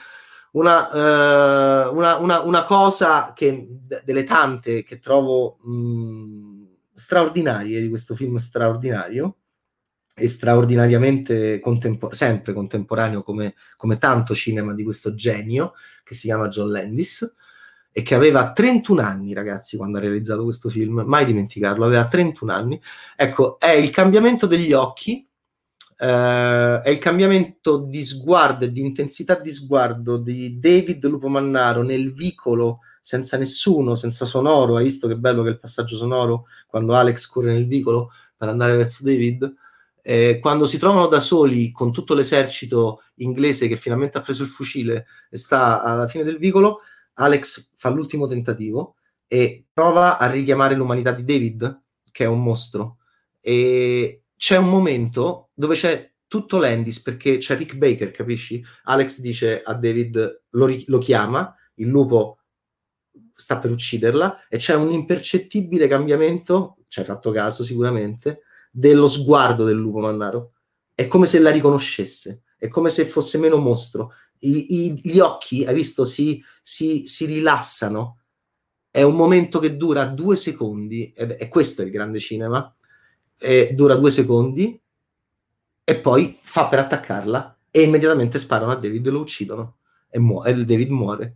una cosa che delle tante che trovo straordinarie di questo film straordinario e straordinariamente sempre contemporaneo come tanto cinema di questo genio che si chiama John Landis e che aveva 31 anni, ragazzi, quando ha realizzato questo film, mai dimenticarlo, aveva 31 anni. Ecco, è il cambiamento degli occhi, è il cambiamento di sguardo e di intensità di sguardo di David Lupo Mannaro nel vicolo, senza nessuno, senza sonoro. Hai visto che bello che è il passaggio sonoro quando Alex corre nel vicolo per andare verso David? Quando si trovano da soli con tutto l'esercito inglese che finalmente ha preso il fucile e sta alla fine del vicolo, Alex fa l'ultimo tentativo e prova a richiamare l'umanità di David, che è un mostro. E c'è un momento dove c'è tutto Landis, perché c'è Rick Baker, capisci? Alex dice a David, lo chiama, il lupo sta per ucciderla, e c'è un impercettibile cambiamento, ci hai fatto caso sicuramente, dello sguardo del lupo Mannaro. È come se la riconoscesse, è come se fosse meno mostro. Gli occhi, hai visto, si rilassano. È un momento che dura 2 secondi, e questo è il grande cinema, dura 2 secondi, e poi fa per attaccarla, e immediatamente sparano a David e lo uccidono, e David muore.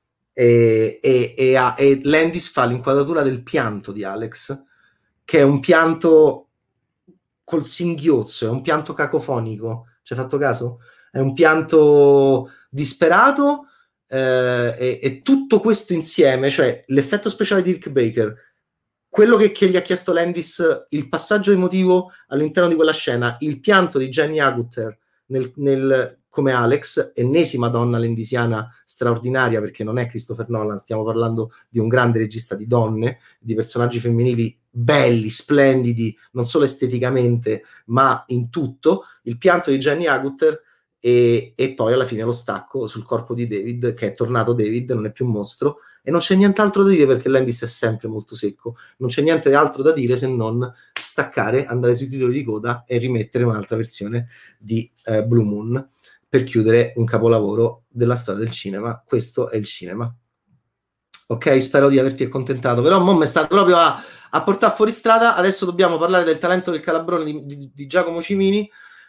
E Landis fa l'inquadratura del pianto di Alex, che è un pianto col singhiozzo, è un pianto cacofonico, ci hai fatto caso? È un pianto disperato, e tutto questo insieme, cioè l'effetto speciale di Rick Baker, quello che gli ha chiesto Landis, il passaggio emotivo all'interno di quella scena, il pianto di Jenny Agutter come Alex, ennesima donna landisiana straordinaria, perché non è Christopher Nolan, stiamo parlando di un grande regista di donne, di personaggi femminili belli, splendidi, non solo esteticamente, ma in tutto, il pianto di Jenny Agutter, e poi alla fine lo stacco sul corpo di David, che è tornato David, non è più un mostro, e non c'è nient'altro da dire perché Landis è sempre molto secco, non c'è niente altro da dire se non staccare, andare sui titoli di coda e rimettere un'altra versione di Blue Moon per chiudere un capolavoro della storia del cinema. Questo è il cinema. Ok, spero di averti accontentato, però mo' mi sta proprio a portare fuori strada. Adesso dobbiamo parlare del talento del Calabrone di Giacomo Cimini.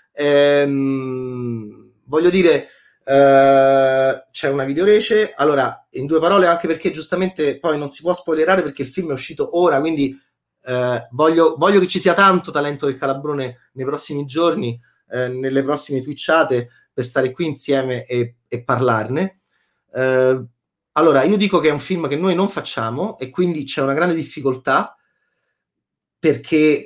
Voglio dire, c'è una videorece. Allora, in 2 parole, anche perché giustamente poi non si può spoilerare perché il film è uscito ora, quindi voglio che ci sia tanto talento del Calabrone nei prossimi giorni, nelle prossime twitchate, per stare qui insieme e parlarne. Allora, io dico che è un film che noi non facciamo e quindi c'è una grande difficoltà perché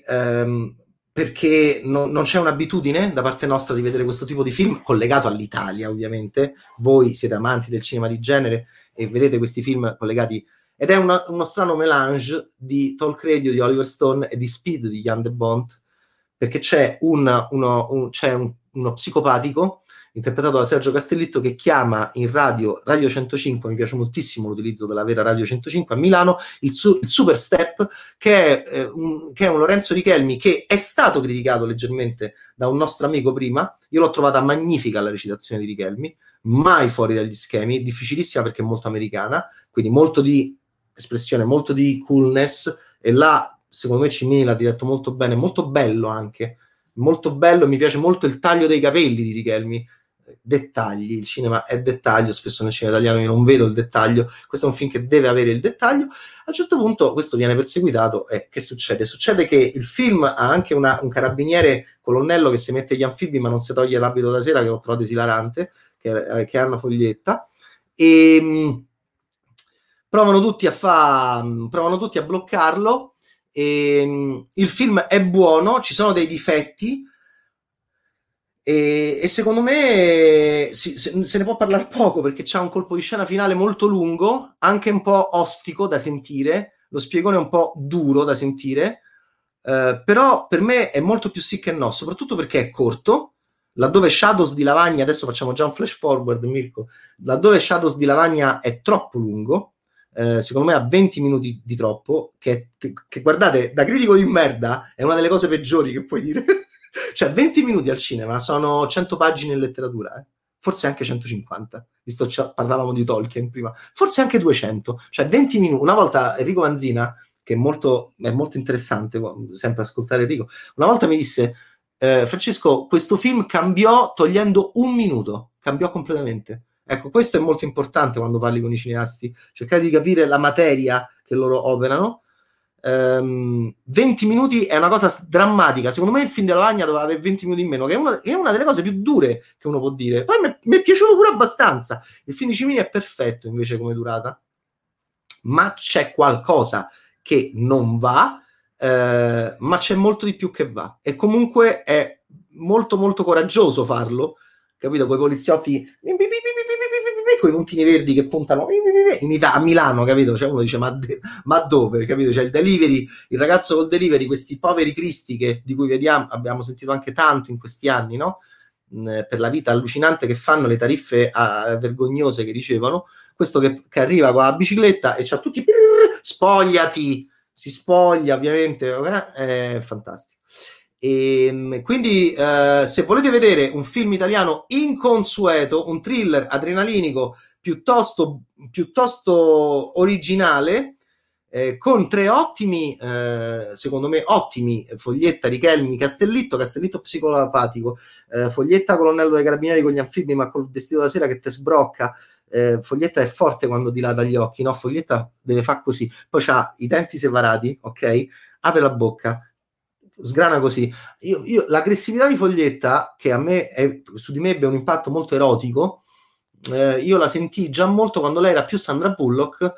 non c'è un'abitudine da parte nostra di vedere questo tipo di film, collegato all'Italia ovviamente. Voi siete amanti del cinema di genere e vedete questi film collegati, ed è uno strano melange di Talk Radio di Oliver Stone e di Speed di Jan de Bont, perché c'è uno psicopatico interpretato da Sergio Castellitto che chiama in Radio 105, mi piace moltissimo l'utilizzo della vera Radio 105 a Milano, il Super Step, che è un Lorenzo Richelmi che è stato criticato leggermente da un nostro amico prima. Io l'ho trovata magnifica la recitazione di Richelmi, mai fuori dagli schemi, difficilissima perché è molto americana, quindi molto di espressione, molto di coolness, e là secondo me Cimini l'ha diretto molto bene, molto bello anche, molto bello. Mi piace molto il taglio dei capelli di Richelmi, dettagli, il cinema è dettaglio, spesso nel cinema italiano io non vedo il dettaglio, questo è un film che deve avere il dettaglio. A un certo punto questo viene perseguitato e che succede? Succede che il film ha anche un carabiniere colonnello che si mette gli anfibi ma non si toglie l'abito da sera, che l'ho trovato esilarante, che è Anna Foglietta, e provano tutti a bloccarlo. Il film è buono, ci sono dei difetti, e secondo me se ne può parlare poco perché c'ha un colpo di scena finale molto lungo, anche un po' ostico da sentire, lo spiegone è un po' duro da sentire, però per me è molto più sì che no, soprattutto perché è corto, laddove Shadows di Lavagna, adesso facciamo già un flash forward Mirko, laddove Shadows di Lavagna è troppo lungo, secondo me ha 20 minuti di troppo, che guardate, da critico di merda è una delle cose peggiori che puoi dire Cioè 20 minuti al cinema sono 100 pagine in letteratura, forse anche 150, visto parlavamo di Tolkien prima, forse anche 200, cioè 20 minuti. Una volta Enrico Vanzina, che è molto interessante sempre ascoltare Enrico, una volta mi disse Francesco, questo film cambiò togliendo un minuto, cambiò completamente. Ecco, questo è molto importante quando parli con i cineasti, cercare di capire la materia che loro operano. 20 minuti è una cosa drammatica. Secondo me il film della Lavagna doveva avere 20 minuti in meno, che è una delle cose più dure che uno può dire. Poi mi è piaciuto pure abbastanza. Il film di Cimini è perfetto invece come durata, ma c'è qualcosa che non va, ma c'è molto di più che va, e comunque è molto molto coraggioso farlo, capito? Con i poliziotti con i puntini verdi che puntano a Milano, capito? Cioè uno dice ma dove, capito? C'è il delivery, il ragazzo col delivery, questi poveri cristi di cui abbiamo sentito anche tanto in questi anni, no? Per la vita allucinante che fanno, le tariffe vergognose che ricevono, questo che arriva con la bicicletta e c'ha tutti spogliati, si spoglia ovviamente, è fantastico. E quindi se volete vedere un film italiano inconsueto, un thriller adrenalinico piuttosto originale, con tre ottimi, secondo me ottimi, Foglietta, Richelmi, Castellitto psicopatico, Foglietta colonnello dei carabinieri con gli anfibi ma col vestito da sera che te sbrocca. Foglietta è forte quando dilata gli occhi, no? Foglietta deve fare così, poi c'ha i denti separati, ok? Apre la bocca, sgrana così. L'aggressività di Foglietta, che a me su di me ebbe un impatto molto erotico, io la sentii già molto quando lei era più Sandra Bullock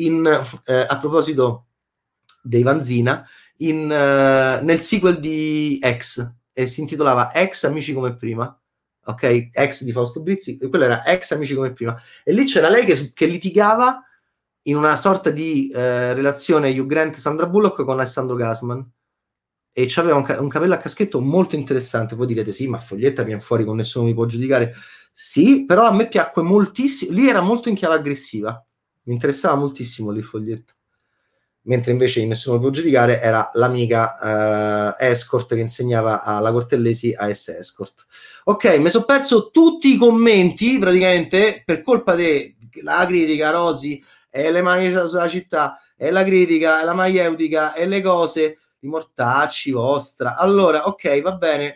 a proposito dei Vanzina nel sequel di Ex, e si intitolava Ex Amici come prima, ok? Ex di Fausto Brizzi, e quello era Ex Amici come prima, e lì c'era lei che litigava in una sorta di relazione Hugh Grant Sandra Bullock con Alessandro Gasman, e c'aveva un capello a caschetto molto interessante. Voi direte sì, ma Foglietta viene fuori con Nessuno mi può giudicare. Sì, però a me piacque moltissimo, lì era molto in chiave aggressiva, mi interessava moltissimo lì Foglietta, mentre invece in Nessuno mi può giudicare era l'amica escort che insegnava alla Cortellesi a essere escort. Ok, mi sono perso tutti i commenti praticamente per colpa della critica Rosi e le mani sulla città e la critica e la maieutica e le cose, i mortacci vostra. Allora, ok, va bene.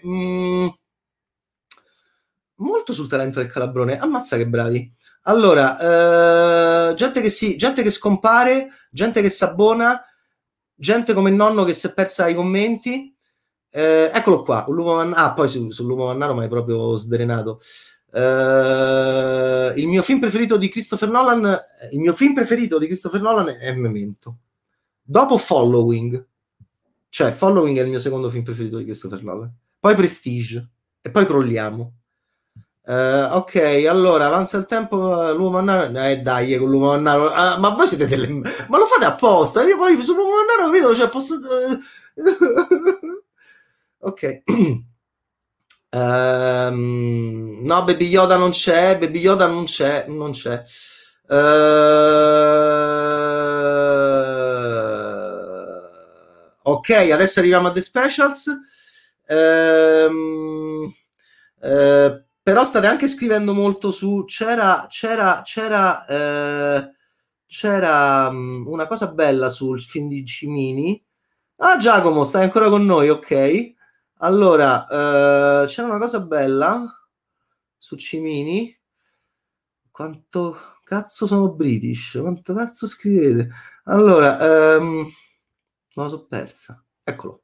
Molto sul talento del Calabrone, ammazza che bravi. Allora, gente che scompare, gente che s'abbona, gente come il nonno che si è persa ai commenti. Eccolo qua, un lupo poi sull'uomo mannaro ma è proprio sdrenato. Il mio film preferito di Christopher Nolan è Memento. Dopo Following. Cioè, Following è il mio secondo film preferito di Christopher Nolan. Poi Prestige. E poi crolliamo. Ok, allora avanza il tempo. L'uomo mannaro. Dai, con l'uomo mannaro. Ma voi siete delle. Ma lo fate apposta. Io poi sull'uomo mannaro vedo, cioè, posso. Ok. No, Baby Yoda non c'è. Baby Yoda non c'è. Non c'è. Ok, adesso arriviamo a The Specials. Però state anche scrivendo molto su. C'era una cosa bella sul film di Cimini. Ah, Giacomo, stai ancora con noi? Ok. Allora, c'era una cosa bella su Cimini. Quanto cazzo sono British? Quanto cazzo scrivete? Allora, me la so persa. Eccolo.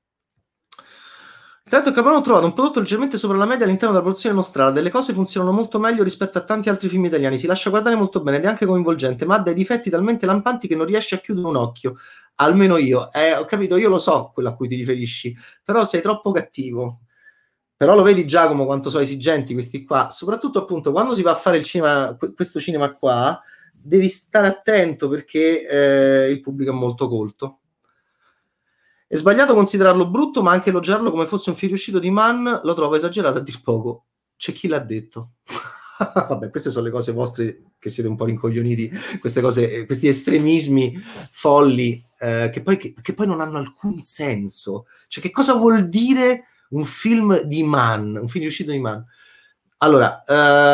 Tanto il Caprone ho trovato un prodotto leggermente sopra la media all'interno della produzione nostrana. Delle cose funzionano molto meglio rispetto a tanti altri film italiani. Si lascia guardare molto bene ed è anche coinvolgente, ma ha dei difetti talmente lampanti che non riesci a chiudere un occhio. Almeno io. Ho capito, io lo so quello a cui ti riferisci, però sei troppo cattivo. Però lo vedi, Giacomo, quanto sono esigenti questi qua. Soprattutto appunto quando si va a fare il cinema, questo cinema qua, devi stare attento perché il pubblico è molto colto. È sbagliato considerarlo brutto, ma anche elogiarlo come fosse un film uscito di Mann lo trovo esagerato a dir poco. C'è chi l'ha detto. Vabbè, queste sono le cose vostre che siete un po' rincoglioniti, queste cose, questi estremismi folli che poi non hanno alcun senso. Cioè, che cosa vuol dire un film di Mann, un film uscito di Mann. Allora,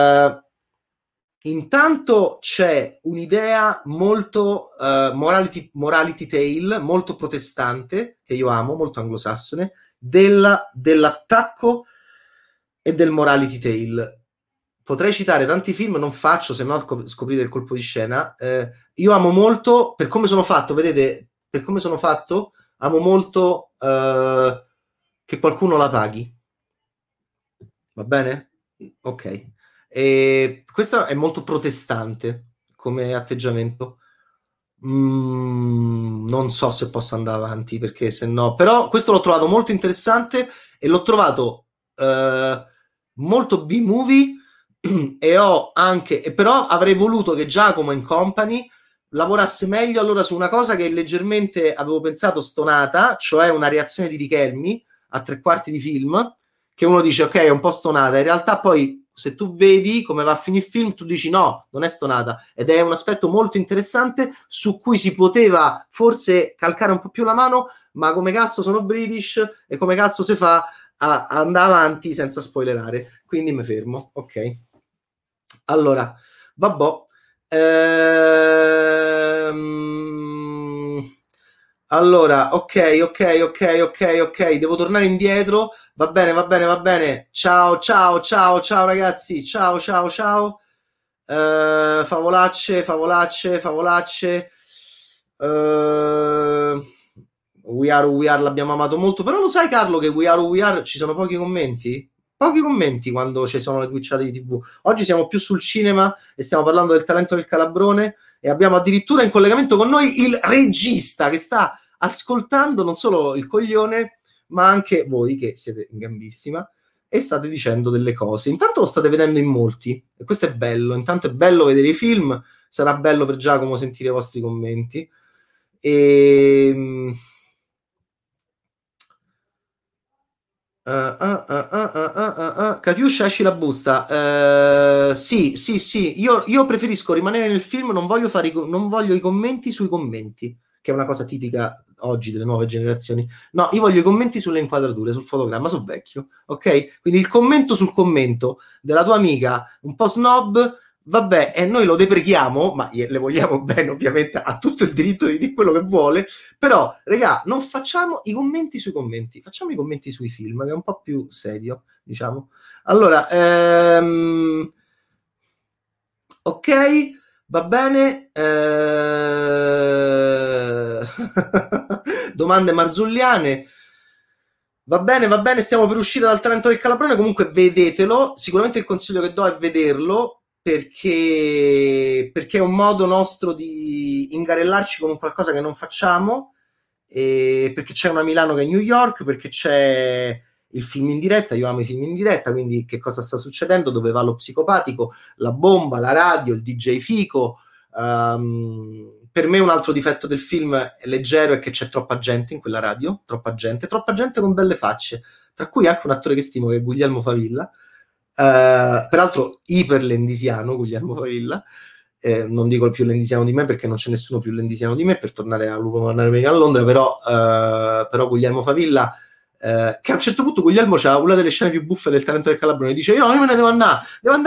intanto c'è un'idea molto morality tale, molto protestante, che io amo, molto anglosassone, dell'attacco e del morality tale. Potrei citare tanti film, non faccio, se no scoprite il colpo di scena. Io amo molto, per come sono fatto, vedete, per come sono fatto, amo molto che qualcuno la paghi. Va bene? Ok. E questo è molto protestante come atteggiamento. Non so se posso andare avanti perché se no, però questo l'ho trovato molto interessante e l'ho trovato molto B-movie e ho anche, e però avrei voluto che Giacomo in Company lavorasse meglio allora su una cosa che leggermente avevo pensato stonata, cioè una reazione di Richelmi a 3/4 di film, che uno dice ok è un po' stonata, in realtà poi se tu vedi come va a finire il film tu dici no, non è stonata, ed è un aspetto molto interessante su cui si poteva forse calcare un po' più la mano, ma come cazzo sono British e come cazzo si fa a andare avanti senza spoilerare, quindi mi fermo, ok. Allora, vabbò. Allora, ok. Devo tornare indietro. Va bene, va bene, va bene. Ciao, ragazzi. Ciao. Favolacce. We Are l'abbiamo amato molto. Però lo sai, Carlo, che We Are ci sono pochi commenti? Pochi commenti quando ci sono le twitchate di TV. Oggi siamo più sul cinema e stiamo parlando del talento del Calabrone e abbiamo addirittura in collegamento con noi il regista che sta ascoltando non solo il coglione, ma anche voi che siete in gambissima e state dicendo delle cose. Intanto lo state vedendo in molti e questo è bello. Intanto è bello vedere i film, sarà bello per Giacomo sentire i vostri commenti. E Katiuscia esci la busta. Sì. Io preferisco rimanere nel film, non voglio i commenti sui commenti, che è una cosa tipica oggi delle nuove generazioni. No, io voglio i commenti sulle inquadrature, sul fotogramma, sono vecchio, ok? Quindi il commento sul commento della tua amica un po' snob, vabbè, e noi lo deprechiamo, ma le vogliamo bene, ovviamente, ha tutto il diritto di dire quello che vuole, però, regà, non facciamo i commenti sui commenti, facciamo i commenti sui film, che è un po' più serio, diciamo. Allora, ok, va bene. Domande marzulliane. Va bene, stiamo per uscire dal talento del Calabrone, comunque vedetelo, sicuramente il consiglio che do è vederlo, perché è un modo nostro di ingarellarci con un qualcosa che non facciamo, e perché c'è una Milano che è New York, perché c'è il film in diretta, io amo i film in diretta, quindi che cosa sta succedendo, dove va lo psicopatico, la bomba, la radio, il DJ Fico. Per me un altro difetto del film è leggero è che c'è troppa gente in quella radio, troppa gente con belle facce, tra cui anche un attore che stimo che è Guglielmo Favilla, peraltro iper lendisiano Guglielmo Favilla, non dico il più lendisiano di me perché non c'è nessuno più lendisiano di me, per tornare a Lupo Mannaia a Londra, però Guglielmo Favilla, che a un certo punto Guglielmo c'ha una delle scene più buffe del talento del Calabrone, dice io me ne devo andare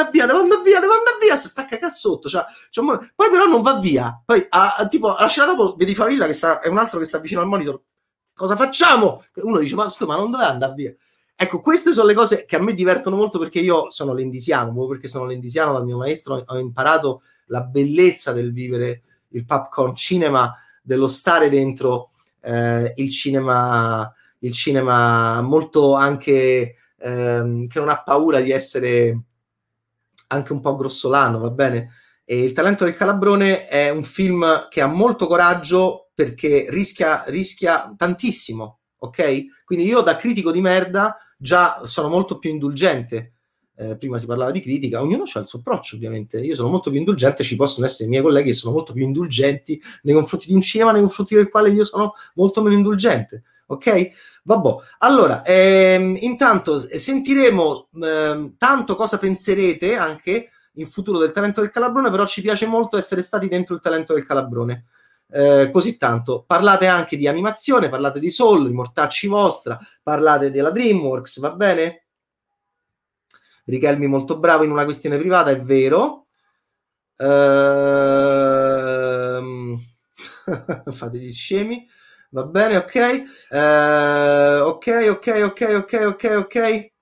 via, si stacca cassotto, poi però non va via, poi tipo alla scena dopo vedi Favilla che è un altro che sta vicino al monitor, cosa facciamo? Uno dice ma scusa, ma non doveva andare via. Ecco, queste sono le cose che a me divertono molto perché io sono lendisiano, proprio perché sono lendisiano dal mio maestro ho imparato la bellezza del vivere il popcorn cinema, dello stare dentro il cinema molto anche che non ha paura di essere anche un po' grossolano, va bene? E Il talento del Calabrone è un film che ha molto coraggio perché rischia tantissimo, ok? Quindi io da critico di merda già sono molto più indulgente. Prima si parlava di critica, ognuno ha il suo approccio ovviamente, io sono molto più indulgente, ci possono essere i miei colleghi che sono molto più indulgenti nei confronti di un cinema nei confronti del quale io sono molto meno indulgente, ok? Vabbè, allora, intanto sentiremo tanto cosa penserete anche in futuro del talento del Calabrone, però ci piace molto essere stati dentro il talento del Calabrone. così tanto. Parlate anche di animazione, parlate di Soul, di Mortacci Vostra, parlate della DreamWorks, va bene? Richelmi molto bravo in una questione privata, è vero. Fate gli scemi, va bene, ok. Ok.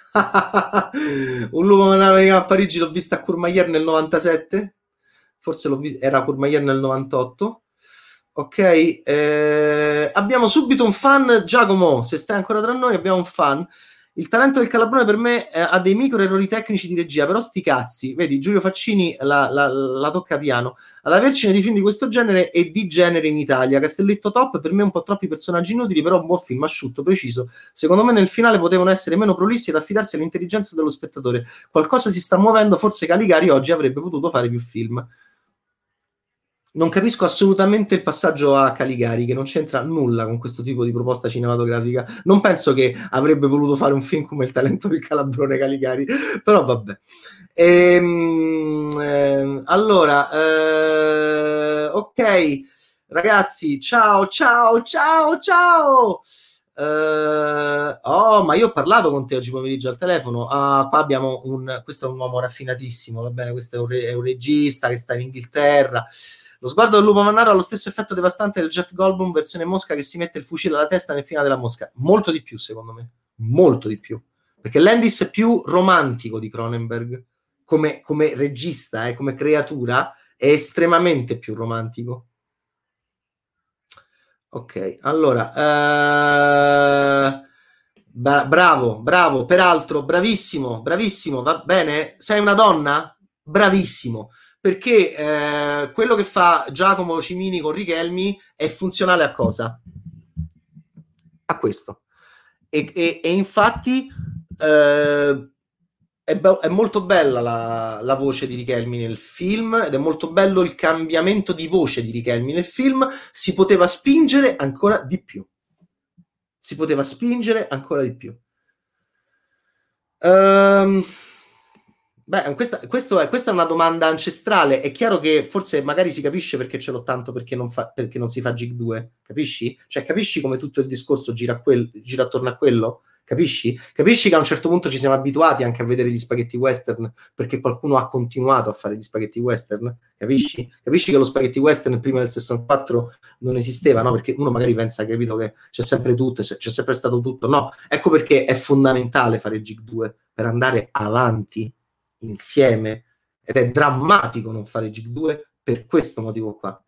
Un lupo manaro a Parigi l'ho vista a Courmayeur nel 97, forse era a Courmayeur nel 98. Ok, abbiamo subito un fan, Giacomo, se stai ancora tra noi abbiamo un fan. Il talento del Calabrone per me ha dei micro errori tecnici di regia, però sti cazzi, vedi, Giulio Faccini la tocca piano. Ad avercene di film di questo genere e di genere in Italia. Castelletto top, per me un po' troppi personaggi inutili, però un buon film, asciutto, preciso. Secondo me nel finale potevano essere meno prolissi ed affidarsi all'intelligenza dello spettatore. Qualcosa si sta muovendo, forse Caligari oggi avrebbe potuto fare più film. Non capisco assolutamente il passaggio a Caligari, che non c'entra nulla con questo tipo di proposta cinematografica. Non penso che avrebbe voluto fare un film come Il talento del Calabrone Caligari, però vabbè. Allora, ok, ragazzi, ciao. Oh, ma io ho parlato con te oggi pomeriggio al telefono. Qua abbiamo questo è un uomo raffinatissimo, va bene? Questo è un regista che sta in Inghilterra. Lo sguardo del lupo mannaro ha lo stesso effetto devastante del Jeff Goldblum versione mosca che si mette il fucile alla testa nel finale della mosca. Molto di più, secondo me. Molto di più. Perché Landis è più romantico di Cronenberg. Come regista, come creatura, è estremamente più romantico. Ok, allora... bravo, peraltro, bravissimo, va bene? Sei una donna? Bravissimo, perché quello che fa Giacomo Cimini con Richelmi è funzionale a cosa? A questo. E infatti è molto bella la voce di Richelmi nel film ed è molto bello il cambiamento di voce di Richelmi nel film. Si poteva spingere ancora di più. Beh, questa è una domanda ancestrale. È chiaro che forse magari si capisce perché ce l'ho tanto perché non si fa Gig 2, capisci? Cioè, capisci come tutto il discorso gira attorno a quello? Capisci? Capisci che a un certo punto ci siamo abituati anche a vedere gli spaghetti western perché qualcuno ha continuato a fare gli spaghetti western? Capisci? Capisci che lo spaghetti western prima del 64 non esisteva, no? Perché uno magari pensa, capito, che c'è sempre tutto, c'è sempre stato tutto. No, ecco perché è fondamentale fare Gig 2 per andare avanti insieme ed è drammatico non fare Gig 2 per questo motivo qua.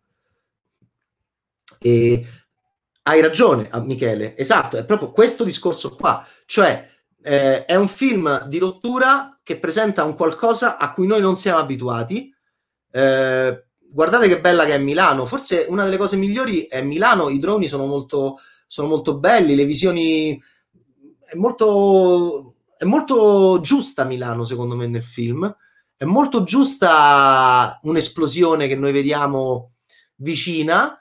E hai ragione, Michele, esatto, è proprio questo discorso qua, cioè è un film di rottura che presenta un qualcosa a cui noi non siamo abituati. Guardate che bella che è Milano, forse una delle cose migliori è Milano, i droni sono molto belli, le visioni è molto giusta Milano secondo me nel film, è molto giusta un'esplosione che noi vediamo vicina,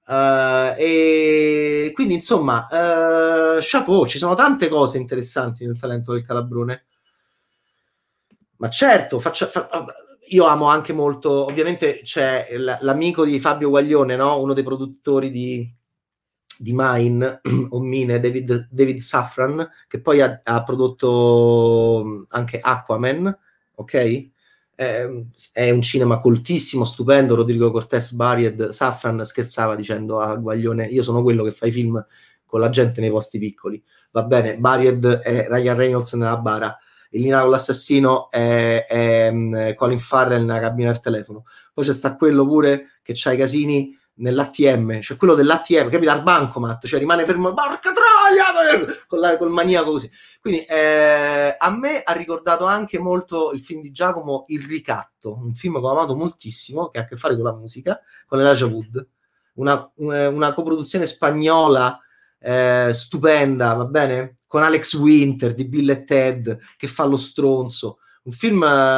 e quindi insomma chapeau, ci sono tante cose interessanti nel talento del Calabrone. Ma certo, io amo anche molto, ovviamente c'è l'amico di Fabio Guaglione, no? Uno dei produttori di Mine o Mine, David Safran, che poi ha prodotto anche Aquaman, ok? È un cinema coltissimo, stupendo. Rodrigo Cortés Baried. Safran scherzava dicendo a Guaglione: io sono quello che fa i film con la gente nei posti piccoli, va bene. Baried è Ryan Reynolds nella bara, il Lina con l'assassino è Colin Farrell nella cabina del telefono. Poi c'è sta quello pure che c'ha i casini nell'ATM, cioè quello dell'ATM, capito? Al bancomat, cioè rimane fermo, porca troia, col maniaco così. Quindi a me ha ricordato anche molto il film di Giacomo Il ricatto, un film che ho amato moltissimo, che ha a che fare con la musica, con Elijah Wood, una coproduzione spagnola stupenda, va bene? Con Alex Winter di Bill e Ted che fa lo stronzo, un film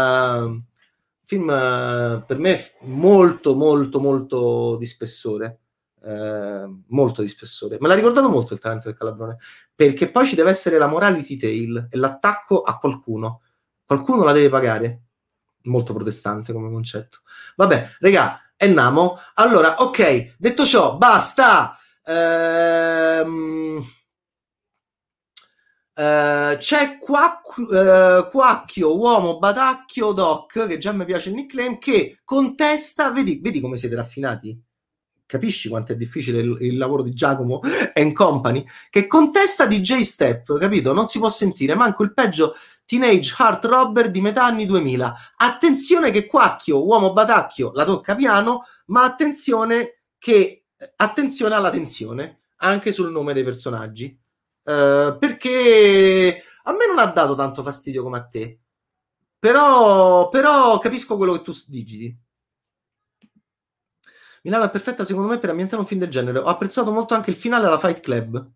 per me molto di spessore, molto di spessore. Me l'ha ricordato molto il talento del Calabrone, perché poi ci deve essere la morality tale e l'attacco a qualcuno la deve pagare. Molto protestante come concetto. Vabbè, regà, E Namo. Allora, ok, detto ciò, basta. C'è Quacchio, Uomo Batacchio Doc, che già mi piace il nickname, che contesta, vedi come siete raffinati? Capisci quanto è difficile il lavoro di Giacomo and Company? Che contesta DJ Step, capito? Non si può sentire manco il peggio Teenage Heart Robber di metà anni 2000. Attenzione che Quacchio, Uomo Batacchio, la tocca piano, ma attenzione alla tensione, anche sul nome dei personaggi. Perché a me non ha dato tanto fastidio come a te, però capisco quello che tu digiti. Milano è perfetta secondo me per ambientare un film del genere. Ho apprezzato molto anche il finale alla Fight Club.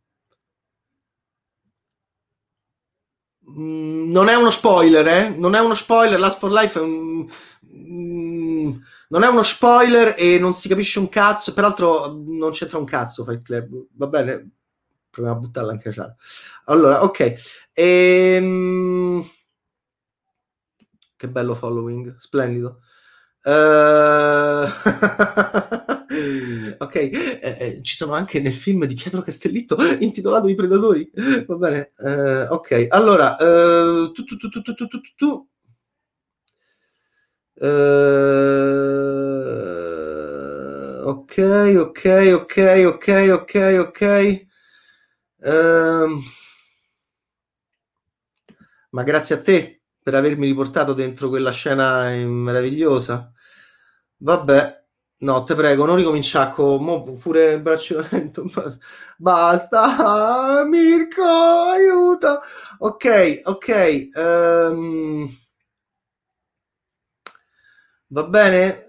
Non è uno spoiler, eh? Non è uno spoiler. Last for Life è non è uno spoiler e non si capisce un cazzo. Peraltro non c'entra un cazzo Fight Club. Va bene? Proviamo a buttarla anche a ciao. Allora, ok. Che bello following, splendido. Ok, ci sono anche nel film di Pietro Castellitto intitolato I Predatori. Va bene, ok. Allora, ok, ok, ok, ok, ok, ok. Ma grazie a te per avermi riportato dentro quella scena meravigliosa. Vabbè, no, te prego, non ricominciare con pure il braccio lento. Basta, Mirko, aiuto. Ok, ok. Va bene?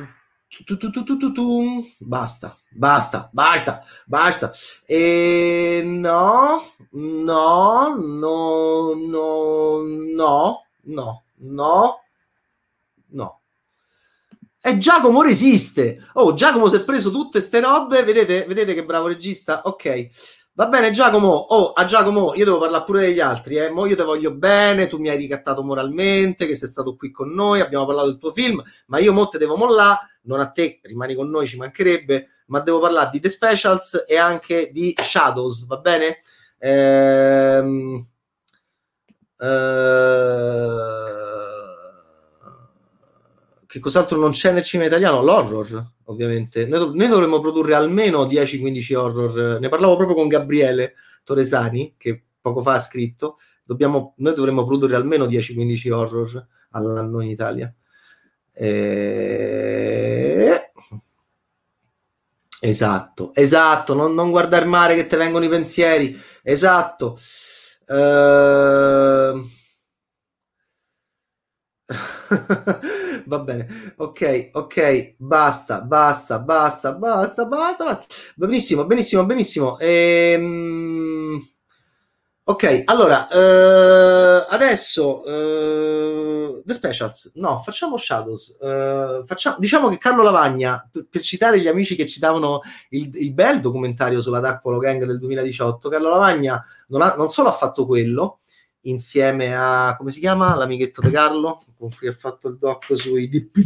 Basta, basta, basta, basta. E no, no, no, no, no, no, no, no. E Giacomo resiste. Oh, Giacomo si è preso tutte ste robe. Vedete che bravo regista? Ok. Va bene, Giacomo. Oh, a Giacomo, io devo parlare pure degli altri, eh. Mo' io te voglio bene, tu mi hai ricattato moralmente, che sei stato qui con noi, abbiamo parlato del tuo film, ma io mo te devo mollare, non a te, rimani con noi, ci mancherebbe, ma devo parlare di The Specials e anche di Shadows, va bene? Ehm, che cos'altro non c'è nel cinema italiano? L'horror, ovviamente. Noi dovremmo produrre almeno 10-15 horror. Ne parlavo proprio con Gabriele Toresani, che poco fa ha scritto. Noi dovremmo produrre almeno 10-15 horror all'anno in Italia. Esatto, esatto, non guardare il mare che ti vengono i pensieri. Esatto. Va bene, ok, ok, basta, basta, basta, basta, basta, basta. Benissimo, benissimo, benissimo. Ok, allora, adesso The Specials, no, facciamo Shadows. Diciamo che Carlo Lavagna, per citare gli amici che citavano il bel documentario sulla Dark Polo Gang del 2018, Carlo Lavagna non solo ha fatto quello, insieme a, come si chiama, l'amichetto di Carlo, con cui ha fatto il doc sui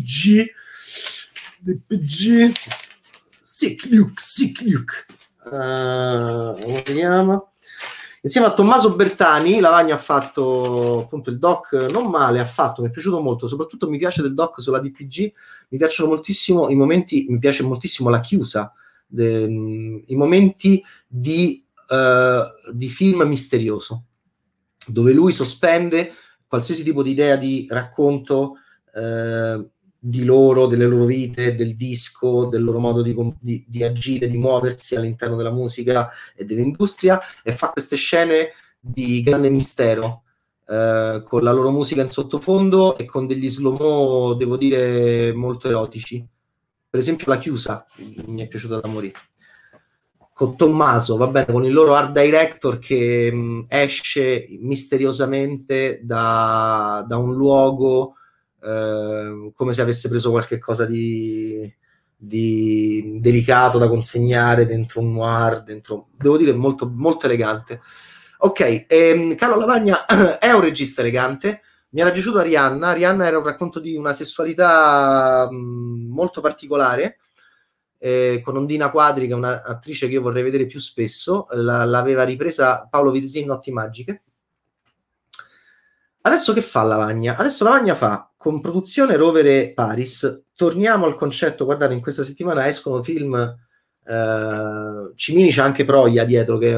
DPG, Sick Luke, come si chiama? Insieme a Tommaso Bertani, Lavagna ha fatto appunto il doc non male, mi è piaciuto molto, soprattutto mi piace del doc sulla DPG, mi piacciono moltissimo i momenti, mi piace moltissimo la chiusa, i momenti di film misterioso, dove lui sospende qualsiasi tipo di idea di racconto di loro, delle loro vite, del disco, del loro modo di agire, di muoversi all'interno della musica e dell'industria, e fa queste scene di grande mistero con la loro musica in sottofondo e con degli slow-mo, devo dire, molto erotici. Per esempio la chiusa mi è piaciuta da morire. Con Tommaso, va bene, con il loro art director che esce misteriosamente da un luogo come se avesse preso qualche cosa di delicato da consegnare dentro un noir, devo dire molto, molto elegante. Ok, Carlo Lavagna è un regista elegante, Mi era piaciuto Arianna. Arianna era un racconto di una sessualità molto particolare, con Ondina Quadri, che è un'attrice che io vorrei vedere più spesso. L'aveva ripresa Paolo Vizzin, Notti Magiche. Adesso che fa Lavagna? Adesso Lavagna fa, con produzione Rovere Paris, torniamo al concetto, guardate, in questa settimana escono film, Cimini c'è anche Proia dietro, che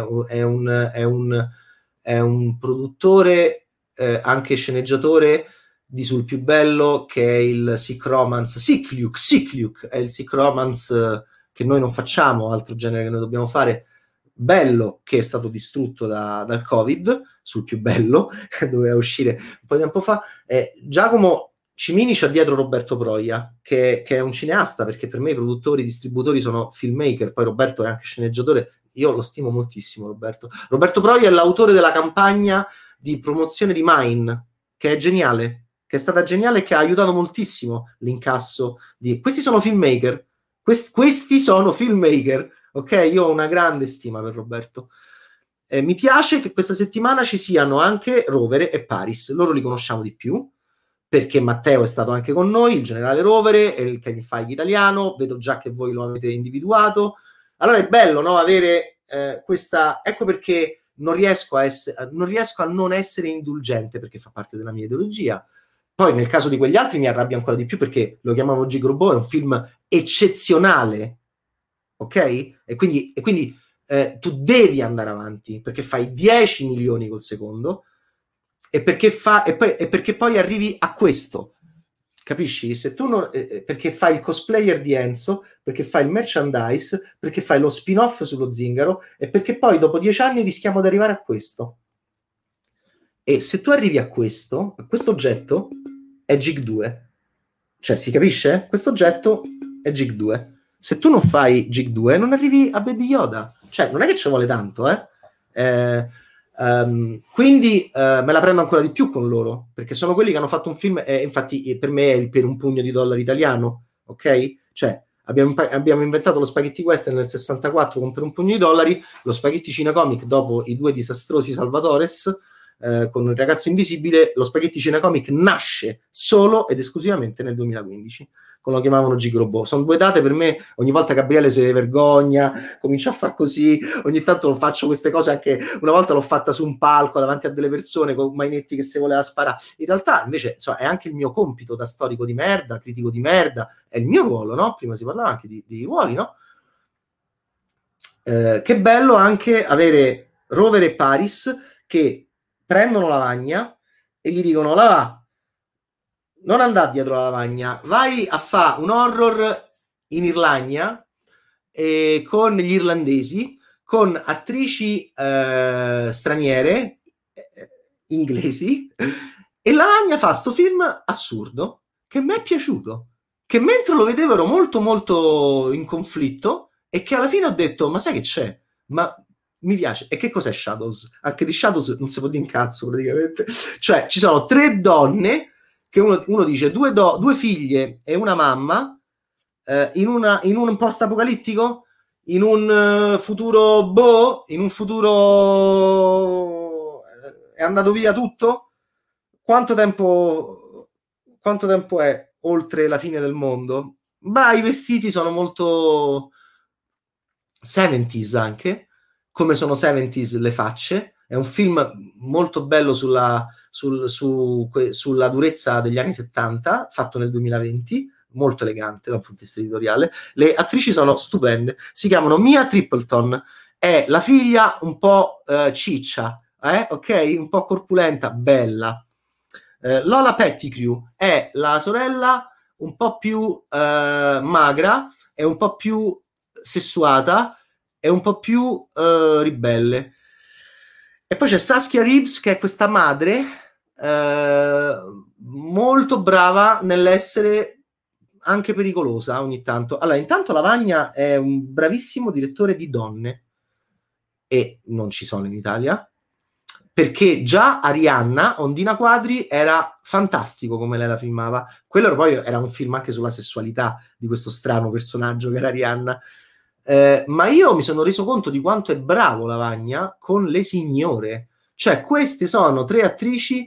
è un produttore, anche sceneggiatore di Sul più bello, che è il sick romance, Sick è il sick romance che noi non facciamo, altro genere che noi dobbiamo fare, bello, che è stato distrutto dal Covid, Sul più bello, doveva uscire un po' di tempo fa. Giacomo Cimini c'ha dietro Roberto Proia, che è un cineasta, perché per me i produttori, i distributori sono filmmaker, poi Roberto è anche sceneggiatore, io lo stimo moltissimo Roberto. Roberto Proia è l'autore della campagna di promozione di Mine, che è geniale, che è stata geniale e che ha aiutato moltissimo l'incasso di... Questi sono filmmaker, questi sono filmmaker, ok? Io ho una grande stima per Roberto. Mi piace che questa settimana ci siano anche Rovere e Paris, loro li conosciamo di più, perché Matteo è stato anche con noi, il generale Rovere, e il Kevin Feige italiano, vedo già che voi lo avete individuato. Allora è bello, no, avere questa... Ecco perché non riesco a non essere indulgente, perché fa parte della mia ideologia. Poi nel caso di quegli altri mi arrabbio ancora di più, perché lo chiamano Gigrobot, è un film eccezionale, ok? E quindi tu devi andare avanti, perché fai 10 milioni col secondo, e perché poi arrivi a questo, capisci? Se tu non, perché fai il cosplayer di Enzo, perché fai il merchandise, perché fai lo spin-off sullo Zingaro, e perché poi dopo 10 anni rischiamo di arrivare a questo. E se tu arrivi a questo oggetto è Gig 2. Cioè, si capisce? Questo oggetto è Gig 2. Se tu non fai Gig 2 non arrivi a Baby Yoda. Cioè, non è che ci vuole tanto, quindi me la prendo ancora di più con loro, perché sono quelli che hanno fatto un film, infatti per me è per un pugno di dollari italiano, ok? Cioè, abbiamo inventato lo spaghetti western nel 64 con Per un pugno di dollari, lo spaghetti Cinecomic dopo i due disastrosi Salvatores, con Il ragazzo invisibile, lo spaghetti Cinecomic nasce solo ed esclusivamente nel 2015, lo chiamavano Gigrobot. Sono due date per me, ogni volta Gabriele se ne vergogna, comincia a far così, ogni tanto lo faccio queste cose, anche una volta l'ho fatta su un palco davanti a delle persone con Mainetti che se voleva sparare. In realtà invece insomma, è anche il mio compito da storico di merda, critico di merda, è il mio ruolo, no? Prima si parlava anche di ruoli, no? Che bello anche avere Rovere e Paris che prendono Lavagna e gli dicono: Lavà, non andare dietro la lavagna, vai a fare un horror in Irlanda con gli irlandesi, con attrici straniere, inglesi, e Lavagna fa sto film assurdo che mi è piaciuto, che mentre lo vedevo ero molto molto in conflitto e che alla fine ho detto: ma sai che c'è? Ma mi piace. E che cos'è Shadows? Anche di Shadows non si può dire un cazzo praticamente. Cioè ci sono 3 donne che uno dice due figlie e una mamma in un post apocalittico, in un futuro in un futuro è andato via tutto. Quanto tempo è oltre la fine del mondo? I vestiti sono molto 70s anche, come sono 70s le facce. È un film molto bello sulla durezza degli anni 70, fatto nel 2020, molto elegante da un punto di vista editoriale. Le attrici sono stupende, si chiamano Mia Tripleton, è la figlia un po' ciccia, ok? Un po' corpulenta, bella. Lola Pettigrew è la sorella un po' più magra, è un po' più sessuata, è un po' più ribelle. E poi c'è Saskia Reeves, che è questa madre molto brava nell'essere anche pericolosa ogni tanto. Allora, intanto Lavagna è un bravissimo direttore di donne, e non ci sono in Italia, perché già Arianna, Ondina Quadri, era fantastico come lei la filmava. Quello poi era un film anche sulla sessualità di questo strano personaggio che era Arianna. Ma io mi sono reso conto di quanto è bravo Lavagna con Le Signore. Cioè, queste sono 3 attrici,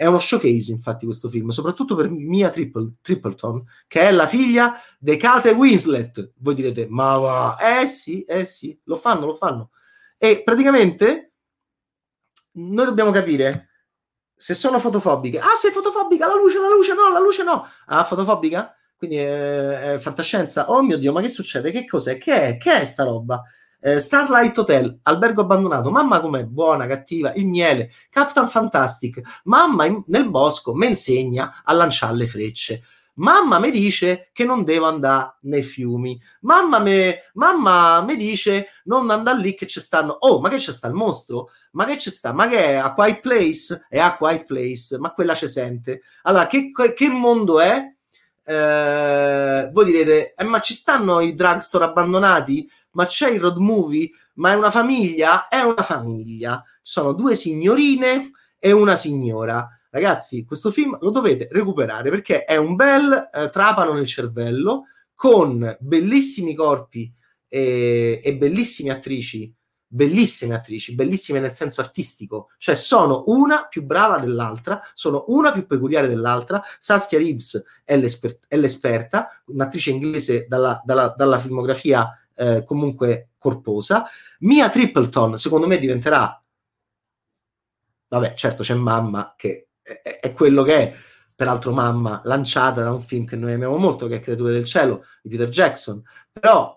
È uno showcase, infatti, questo film, soprattutto per Mia Tripleton, che è la figlia di Kate Winslet. Voi direte, ma va, sì, lo fanno. E praticamente noi dobbiamo capire se sono fotofobiche. Ah, sei fotofobica, la luce no, la luce no. Ah, fotofobica? Quindi è fantascienza. Oh mio Dio, ma che succede? Che cos'è? Che è sta roba? Starlight Hotel, albergo abbandonato, mamma com'è buona, cattiva, il miele, Captain Fantastic, mamma nel bosco mi insegna a lanciare le frecce, mamma mi dice che non devo andare nei fiumi, mamma mi dice non andare lì che ci stanno, oh ma che c'è sta il mostro? Ma che c'è sta? Ma che è A Quiet Place? È A Quiet Place, ma quella ci sente. Allora, che mondo è? Voi direte, ma ci stanno i drugstore abbandonati? Ma c'è il road movie? Ma è una famiglia? È una famiglia. Sono due signorine e una signora. Ragazzi, questo film lo dovete recuperare perché è un bel trapano nel cervello con bellissimi corpi e bellissime attrici, bellissime nel senso artistico, cioè sono una più brava dell'altra, sono una più peculiare dell'altra. Saskia Reeves è l'esperta, un'attrice inglese dalla filmografia comunque corposa. Mia Tripleton secondo me diventerà, vabbè, certo c'è mamma che è quello che è, peraltro mamma lanciata da un film che noi amiamo molto, che è Creature del cielo di Peter Jackson, però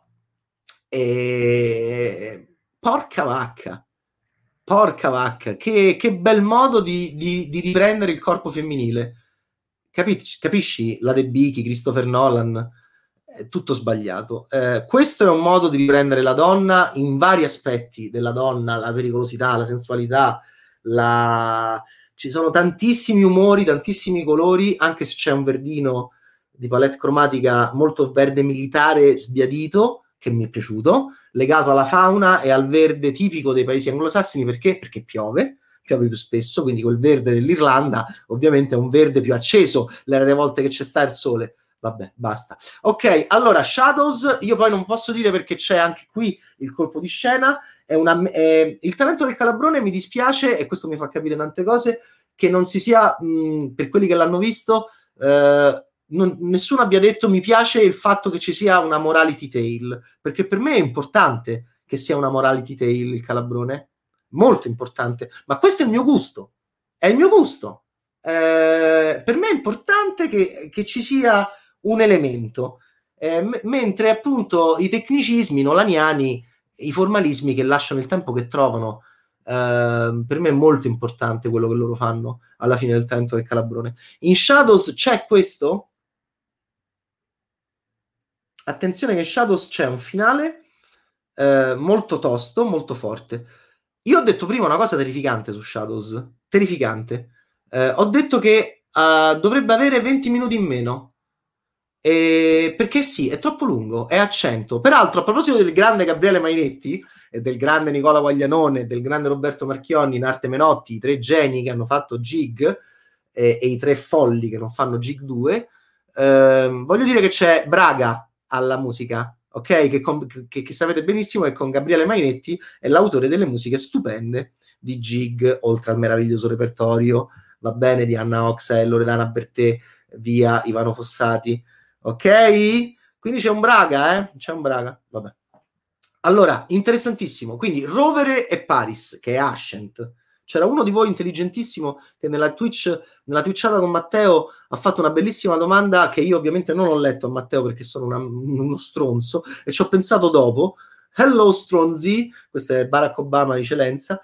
porca vacca, che bel modo di riprendere il corpo femminile. Capisci? La De Bichi, Christopher Nolan, è tutto sbagliato. Questo è un modo di riprendere la donna in vari aspetti della donna, la pericolosità, la sensualità, ci sono tantissimi umori, tantissimi colori, anche se c'è un verdino di palette cromatica molto verde militare sbiadito, che mi è piaciuto, legato alla fauna e al verde tipico dei paesi anglosassoni. Perché? Perché piove più spesso, quindi quel verde dell'Irlanda ovviamente è un verde più acceso le rare volte che c'è sta il sole. Vabbè, basta. Ok, allora, Shadows, io poi non posso dire perché c'è anche qui il colpo di scena, il talento del Calabrone mi dispiace, e questo mi fa capire tante cose, che non si sia, per quelli che l'hanno visto, nessuno abbia detto mi piace il fatto che ci sia una morality tale, perché per me è importante che sia una morality tale il Calabrone, molto importante, ma questo è il mio gusto, è il mio gusto. Per me è importante che ci sia un elemento, mentre appunto i tecnicismi nolaniani, i formalismi che lasciano il tempo che trovano, per me è molto importante quello che loro fanno alla fine del talento del Calabrone. In Shadows c'è questo? Attenzione che in Shadows c'è un finale molto tosto, molto forte. Io ho detto prima una cosa terrificante su Shadows, terrificante. Ho detto che dovrebbe avere 20 minuti in meno. Perché sì, è troppo lungo, è a 100. Peraltro, a proposito del grande Gabriele Mainetti e del grande Nicola Guaglianone e del grande Roberto Marchionni in arte Menotti, i tre geni che hanno fatto Gig e i tre folli che non fanno Gig 2, voglio dire che c'è Braga alla musica, ok? Che sapete benissimo che con Gabriele Mainetti è l'autore delle musiche stupende di Gig, oltre al meraviglioso repertorio, va bene, di Anna Oxa, Loredana Bertè, via Ivano Fossati. Ok? Quindi c'è un Braga, C'è un Braga. Vabbè. Allora, interessantissimo. Quindi Rovere e Paris, che è Ascent. C'era uno di voi intelligentissimo che nella twitchata con Matteo ha fatto una bellissima domanda che io ovviamente non ho letto a Matteo perché sono uno stronzo e ci ho pensato dopo. Hello stronzi, questo è Barack Obama di Celenza,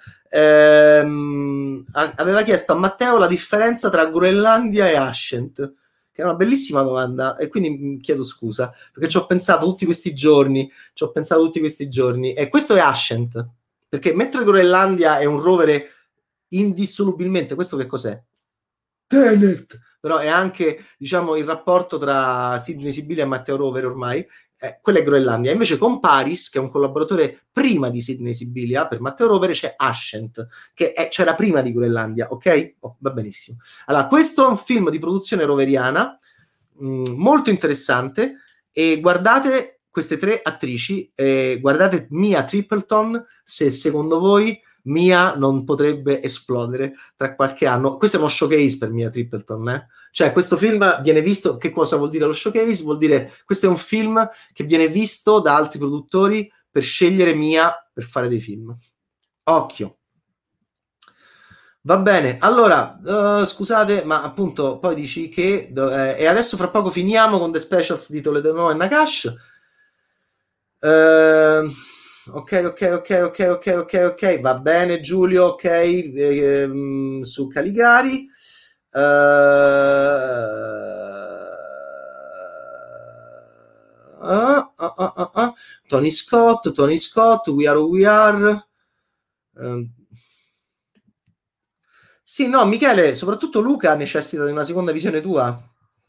aveva chiesto a Matteo la differenza tra Groenlandia e Ascent, che è una bellissima domanda, e quindi mi chiedo scusa perché ci ho pensato tutti questi giorni, e questo è Ascent, perché mentre Groenlandia è un rovere indissolubilmente, questo che cos'è? Tenet! Però è anche, diciamo, il rapporto tra Sidney Sibilia e Matteo Rovere ormai, quella è Groenlandia. Invece con Paris, che è un collaboratore prima di Sidney Sibilia, per Matteo Rovere c'è Ascent, che c'era prima di Groenlandia, ok? Oh, va benissimo. Allora, questo è un film di produzione roveriana, molto interessante, e guardate queste tre attrici, guardate Mia Tripleton, se secondo voi Mia non potrebbe esplodere tra qualche anno. Questo è uno showcase per Mia Tripleton, eh? Cioè, questo film viene visto. Che cosa vuol dire lo showcase? Vuol dire questo è un film che viene visto da altri produttori per scegliere Mia per fare dei film. Occhio. Va bene, allora, scusate, ma appunto poi dici che... e adesso fra poco finiamo con The Specials di Toledo e Nakash. Ok, ok, ok, ok, ok, ok, ok, va bene Giulio, ok, su Caligari. Tony Scott, Tony Scott, We Are Who We Are. Sì, no, Michele, soprattutto Luca necessita di una seconda visione tua.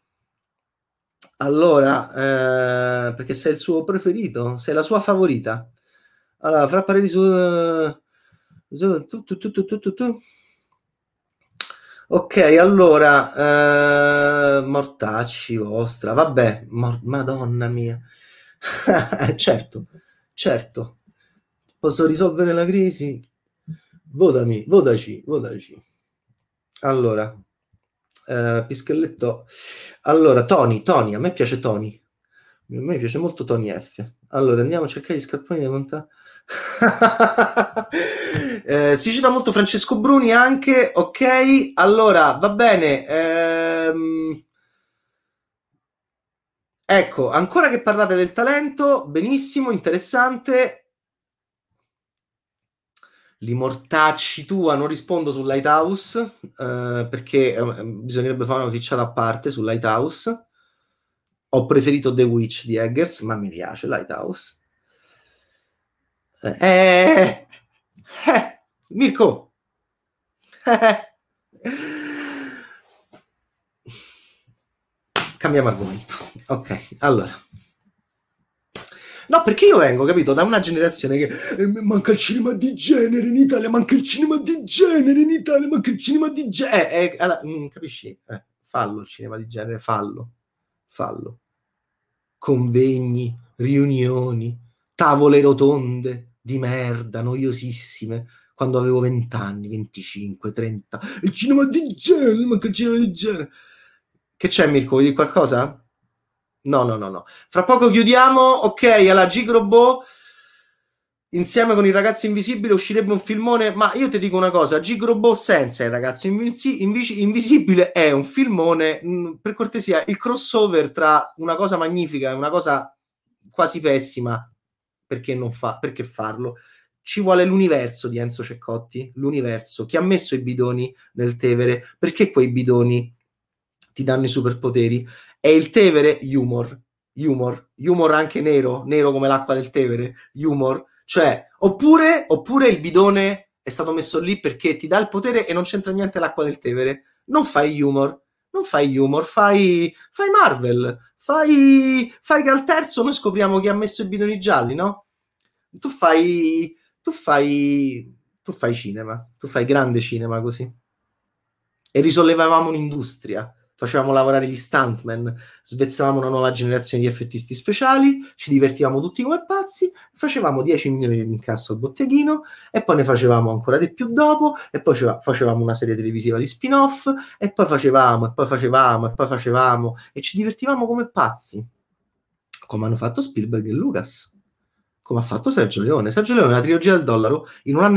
Allora, perché sei il suo preferito, sei la sua favorita. Allora, fra pareri tu. Ok, allora, mortacci vostra, vabbè, Madonna mia. Certo, certo. Posso risolvere la crisi? Votami, votaci. Allora, Pischelletto. Allora, Tony, a me piace Tony. A me piace molto Tony F. Allora, andiamo a cercare gli scarponi da montare. Si cita molto Francesco Bruni anche, ok? Allora, va bene. Ecco, ancora che parlate del talento, benissimo, interessante. Li mortacci tua, non rispondo su Lighthouse, perché bisognerebbe fare una noticciata a parte su Lighthouse. Ho preferito The Witch di Eggers, ma mi piace Lighthouse. Mirko. Cambiamo argomento. Ok, allora. No, perché io vengo, capito, da una generazione che manca il cinema di genere in Italia, manca il cinema di genere in Italia, manca il cinema di genere. Allora, capisci? Fallo il cinema di genere, fallo. Convegni, riunioni, tavole rotonde di merda, noiosissime, quando avevo 20 anni, 25, 30. Il cinema di genere, manca il cinema di genere. Che c'è, Mirko? Vuoi dire qualcosa? No. Fra poco chiudiamo. Ok, alla Gigrobot insieme con il ragazzo invisibile uscirebbe un filmone. Ma io ti dico una cosa: Gigrobot senza il ragazzo invisibile è un filmone. Per cortesia, il crossover tra una cosa magnifica e una cosa quasi pessima. Perché farlo? Ci vuole l'universo di Enzo Ceccotti, l'universo. Chi ha messo i bidoni nel Tevere? Perché quei bidoni ti danno i superpoteri? È il Tevere humor anche nero come l'acqua del Tevere, humor, cioè, oppure il bidone è stato messo lì perché ti dà il potere e non c'entra niente l'acqua del Tevere. Non fai humor, fai Marvel, fai che al terzo noi scopriamo chi ha messo i bidoni gialli, no? Tu fai cinema, tu fai grande cinema così. E risollevavamo un'industria, facevamo lavorare gli stuntman, svezzavamo una nuova generazione di effettisti speciali, ci divertivamo tutti come pazzi, facevamo 10 milioni di incasso al botteghino e poi ne facevamo ancora di più dopo e poi facevamo una serie televisiva di spin-off e poi facevamo e ci divertivamo come pazzi, come hanno fatto Spielberg e Lucas, come ha fatto Sergio Leone. Sergio Leone, la trilogia del dollaro, in un anno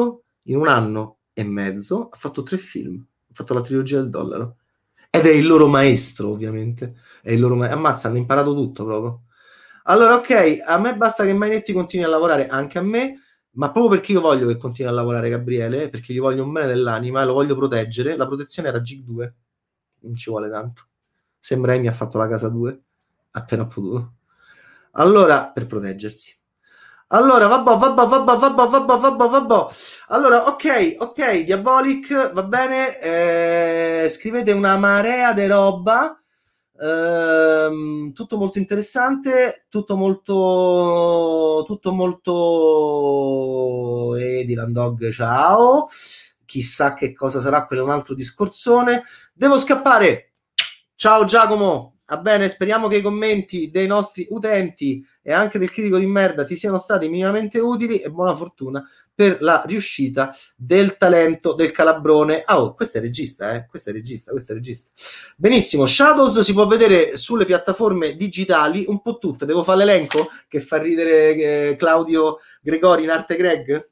e mezzo, ha fatto 3 film. Ha fatto la trilogia del dollaro. Ed è il loro maestro, ovviamente. Ammazza, hanno imparato tutto proprio. Allora, ok, a me basta che Mainetti continui a lavorare, anche a me, ma proprio perché io voglio che continui a lavorare Gabriele, perché gli voglio un bene dell'anima, lo voglio proteggere. La protezione era GIG 2. Non ci vuole tanto. Sembra che mi ha fatto la casa 2 appena potuto. Allora, per proteggersi. Allora, vabbè. Allora, ok, Diabolic, va bene. Scrivete una marea di roba. Tutto molto interessante, tutto molto Dylan Dog, ciao. Chissà che cosa sarà, quello è un altro discorsone. Devo scappare. Ciao Giacomo. Va bene, speriamo che i commenti dei nostri utenti e anche del critico di merda ti siano stati minimamente utili e buona fortuna per la riuscita del talento del Calabrone. Oh, questo è regista, questo è regista. Benissimo, Shadows si può vedere sulle piattaforme digitali un po' tutte. Devo fare l'elenco che fa ridere Claudio Gregori in arte Greg?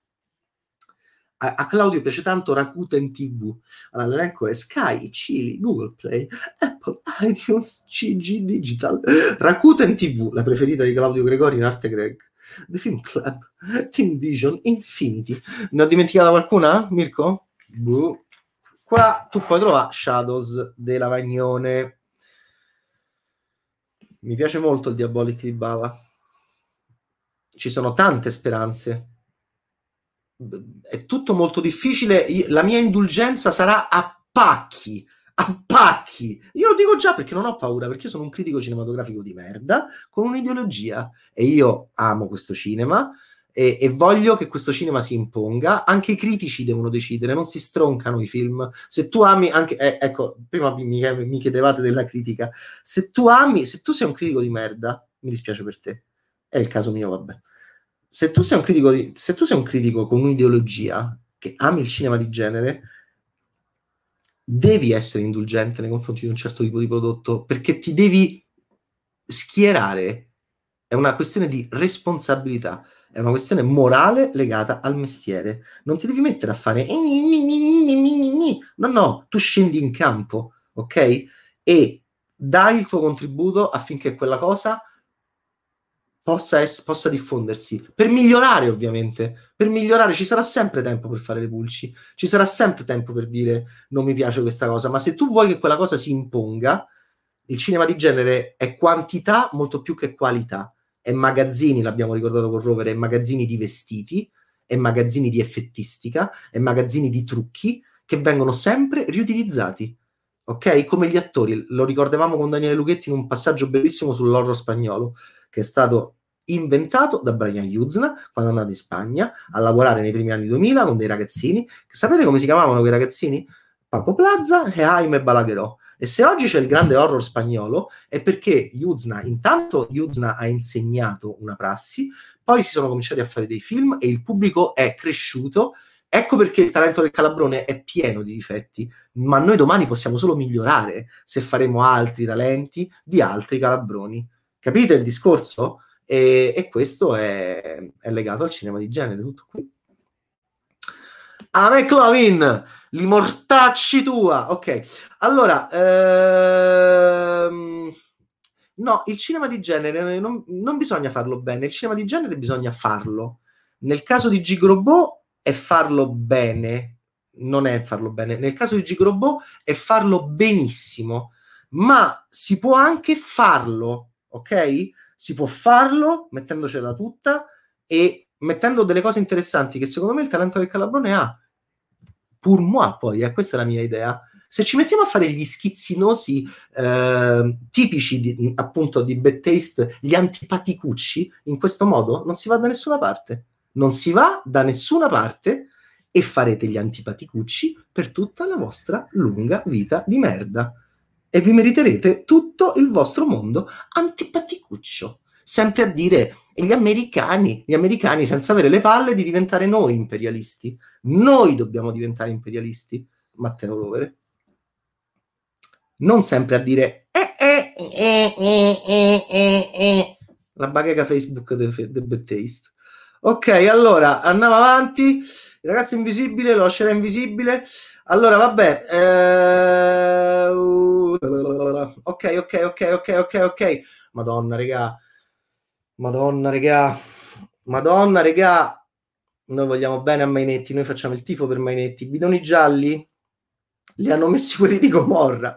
A Claudio piace tanto Rakuten TV. Allora, l'elenco è Sky, Chili, Google Play, Apple, iTunes, CG Digital, Rakuten TV, la preferita di Claudio Gregori in arte Greg, The Film Club, Team Vision, Infinity. Ne ho dimenticata qualcuna, Mirko? Qua tu puoi trovare Shadows della Lavagnone. Mi piace molto il Diabolic di Bava. Ci sono tante speranze. È tutto molto difficile. La mia indulgenza sarà a pacchi. Io lo dico già perché non ho paura, perché io sono un critico cinematografico di merda con un'ideologia e io amo questo cinema e voglio che questo cinema si imponga. Anche i critici devono decidere, non si stroncano i film. Se tu ami anche ecco, prima mi chiedevate della critica. Se tu sei un critico di merda, mi dispiace per te. È il caso mio, vabbè. Se tu sei un critico con un'ideologia che ami il cinema di genere, devi essere indulgente nei confronti di un certo tipo di prodotto perché ti devi schierare. È una questione di responsabilità, è una questione morale legata al mestiere. Non ti devi mettere a fare no, tu scendi in campo, ok? E dai il tuo contributo affinché quella cosa possa diffondersi, per migliorare ovviamente, per migliorare. Ci sarà sempre tempo per fare le pulci, ci sarà sempre tempo per dire non mi piace questa cosa, ma se tu vuoi che quella cosa si imponga, il cinema di genere è quantità molto più che qualità, è magazzini, l'abbiamo ricordato con Rover, è magazzini di vestiti, è magazzini di effettistica, è magazzini di trucchi che vengono sempre riutilizzati. Ok? Come gli attori, lo ricordavamo con Daniele Lughetti in un passaggio bellissimo sull'horror spagnolo, che è stato inventato da Brian Yuzna quando è andato in Spagna a lavorare nei primi anni 2000 con dei ragazzini. Sapete come si chiamavano quei ragazzini? Paco Plaza e Jaime Balaguerò. E se oggi c'è il grande horror spagnolo è perché intanto Yuzna ha insegnato una prassi, poi si sono cominciati a fare dei film e il pubblico è cresciuto. Ecco perché il talento del Calabrone è pieno di difetti, ma noi domani possiamo solo migliorare se faremo altri talenti di altri Calabroni. Capite il discorso? E questo è legato al cinema di genere, tutto qui. A McLovin, li mortacci tua. Ok, allora, no, il cinema di genere non bisogna farlo bene, il cinema di genere bisogna farlo. Nel caso di Gigrobot è farlo bene, non è farlo bene. Nel caso di Gigrobot è farlo benissimo, ma si può anche farlo, ok? Si può farlo mettendocela tutta e mettendo delle cose interessanti che secondo me il talento del Calabrone ha. Pour moi, poi, questa è la mia idea. Se ci mettiamo a fare gli schizzinosi tipici appunto di Bad Taste, gli antipaticucci, in questo modo non si va da nessuna parte. Non si va da nessuna parte e farete gli antipaticucci per tutta la vostra lunga vita di merda. E vi meriterete tutto il vostro mondo antipaticuccio. Sempre a dire, e gli americani senza avere le palle di diventare noi imperialisti. Noi dobbiamo diventare imperialisti, Matteo Rovere. Non sempre a dire la bacheca Facebook del Bad Taste. Ok, allora andiamo avanti. Il ragazzo invisibile lo lascerà invisibile. Allora, vabbè. Ok. Madonna, regà. Noi vogliamo bene a Mainetti, noi facciamo il tifo per Mainetti. Bidoni gialli li hanno messi quelli di Gomorra.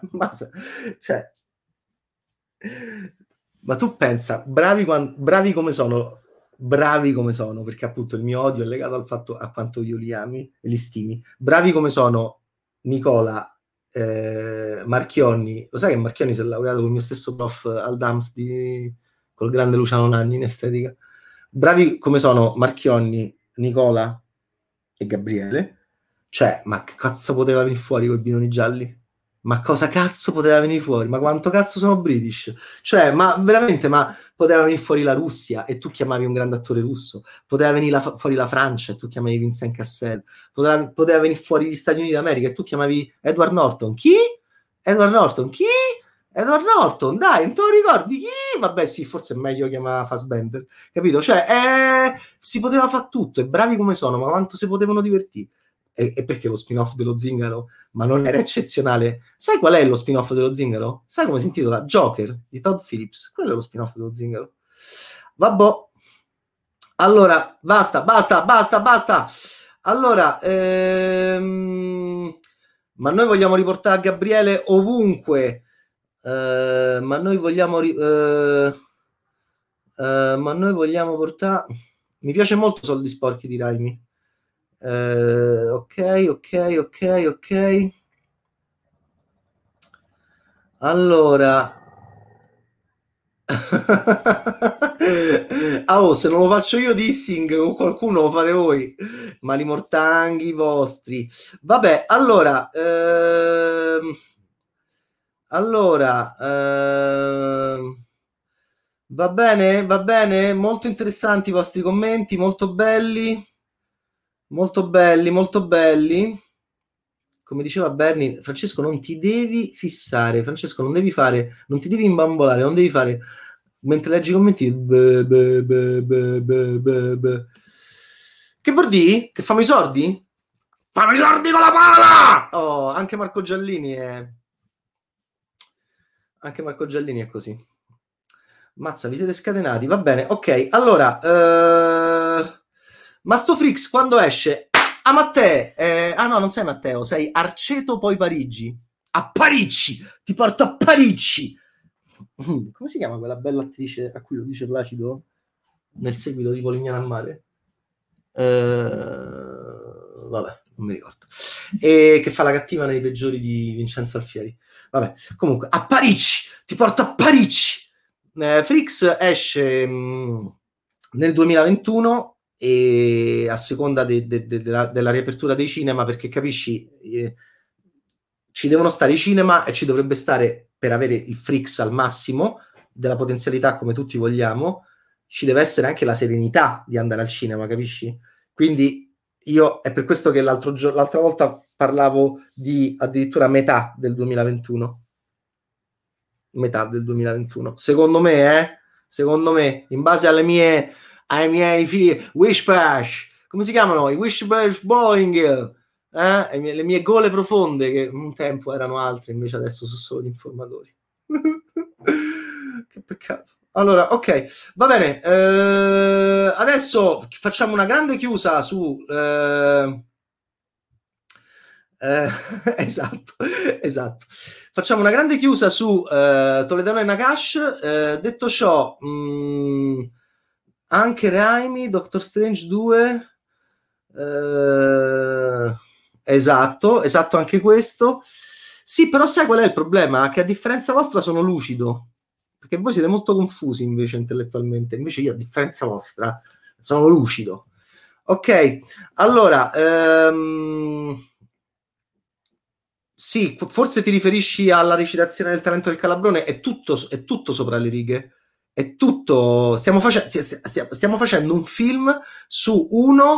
Ma tu pensa, bravi come sono, perché appunto il mio odio è legato al fatto a quanto io li ami e li stimi. Bravi come sono Nicola, Marchionni. Lo sai che Marchionni si è laureato con il mio stesso prof al DAMS col grande Luciano Nanni in estetica. Bravi come sono Marchionni, Nicola e Gabriele. Cioè, ma che cazzo poteva venire fuori con i bidoni gialli? Ma cosa cazzo poteva venire fuori? Ma quanto cazzo sono British? Cioè, ma veramente, ma poteva venire fuori la Russia e tu chiamavi un grande attore russo, poteva venire fuori la Francia e tu chiamavi Vincent Cassel, poteva venire fuori gli Stati Uniti d'America e tu chiamavi Edward Norton. Chi? Edward Norton. Chi? Edward Norton, dai, non te lo ricordi chi? Vabbè, sì, forse è meglio chiamare Fassbender, capito? Cioè, si poteva fare tutto, e bravi come sono, ma quanto si potevano divertire? E perché lo spin-off dello Zingaro? Ma non era eccezionale? Sai qual è lo spin-off dello Zingaro? Sai come si intitola? Joker, di Todd Phillips. Quello è lo spin-off dello Zingaro. Vabbè. Allora, basta. Allora, ma noi vogliamo riportare Gabriele ovunque. Ma noi vogliamo portare. Mi piace molto Soldi Sporchi di Raimi. Ok. Allora. Se non lo faccio io dissing con qualcuno lo fate voi, ma li mortanghi vostri. Vabbè, allora, va bene, molto interessanti i vostri commenti, molto belli, molto belli. Come diceva Berni, Francesco, non ti devi fissare, Francesco, non ti devi imbambolare, non devi fare, mentre leggi i commenti, Che vuol dire? Che famo i sordi? Famo i sordi con la pala! Oh, anche Marco Giallini è così. Mazza, vi siete scatenati, va bene, ok, allora, ma sto Frix quando esce? Ah, Matteo, no, non sei Matteo, sei Arceto poi Parigi. A Parigi, ti porto a Parigi. Come si chiama quella bella attrice a cui lo dice Placido nel seguito di Polignano al mare? Vabbè, non mi ricordo. E che fa la cattiva nei peggiori di Vincenzo Alfieri. Vabbè, comunque, a Parigi, ti porto a Parigi. Frix esce nel 2021 e a seconda della riapertura dei cinema, perché capisci, ci devono stare i cinema e ci dovrebbe stare, per avere il Frix al massimo della potenzialità come tutti vogliamo, ci deve essere anche la serenità di andare al cinema, capisci? Quindi è per questo che l'altra volta parlavo di addirittura metà del 2021. Secondo me, in base ai miei wish bash, come si chiamano? I wish bash Boeing, le mie gole profonde, che un tempo erano altre, invece adesso sono solo gli informatori. Che peccato. Allora, ok, va bene. Adesso facciamo una grande chiusa su esatto. Facciamo una grande chiusa su Toledano e Nagash. Detto ciò, anche Raimi, Doctor Strange 2. Esatto, anche questo. Sì, però sai qual è il problema? Che a differenza vostra sono lucido, perché voi siete molto confusi invece intellettualmente, invece io a differenza vostra sono lucido. Ok, allora, sì, forse ti riferisci alla recitazione del Talento del Calabrone, è tutto sopra le righe, è tutto, stiamo facendo un film su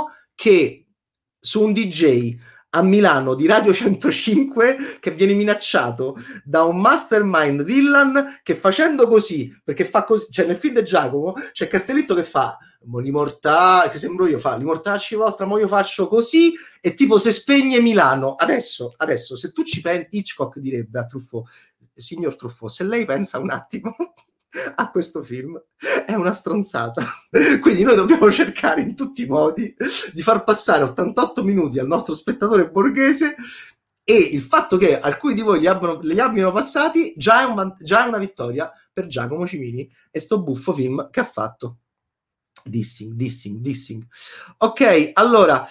un DJ a Milano di Radio 105 che viene minacciato da un mastermind villain che facendo così, perché fa così, cioè nel film di Giacomo c'è Castellitto che fa che sembro io, fa l'immortacci vostra, mo io faccio così e tipo se spegne Milano. Adesso se tu ci pensi, Hitchcock direbbe a Truffaut, signor Truffaut, se lei pensa un attimo a questo film è una stronzata. Quindi noi dobbiamo cercare in tutti i modi di far passare 88 minuti al nostro spettatore borghese, e il fatto che alcuni di voi li abbiano passati già è una vittoria per Giacomo Cimini e sto buffo film che ha fatto. Dissing. Ok, allora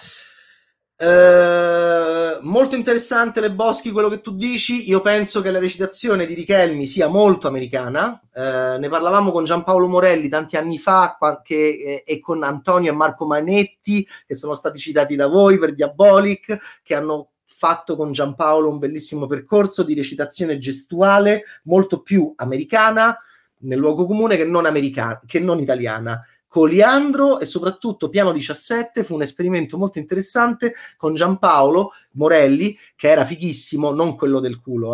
molto interessante Le Boschi quello che tu dici. Io penso che la recitazione di Richelmi sia molto americana, ne parlavamo con Giampaolo Morelli tanti anni fa e con Antonio e Marco Manetti, che sono stati citati da voi per Diabolic, che hanno fatto con Giampaolo un bellissimo percorso di recitazione gestuale molto più americana nel luogo comune che non italiana. Coliandro e soprattutto Piano 17 fu un esperimento molto interessante con Giampaolo Morelli, che era fighissimo, non quello del culo,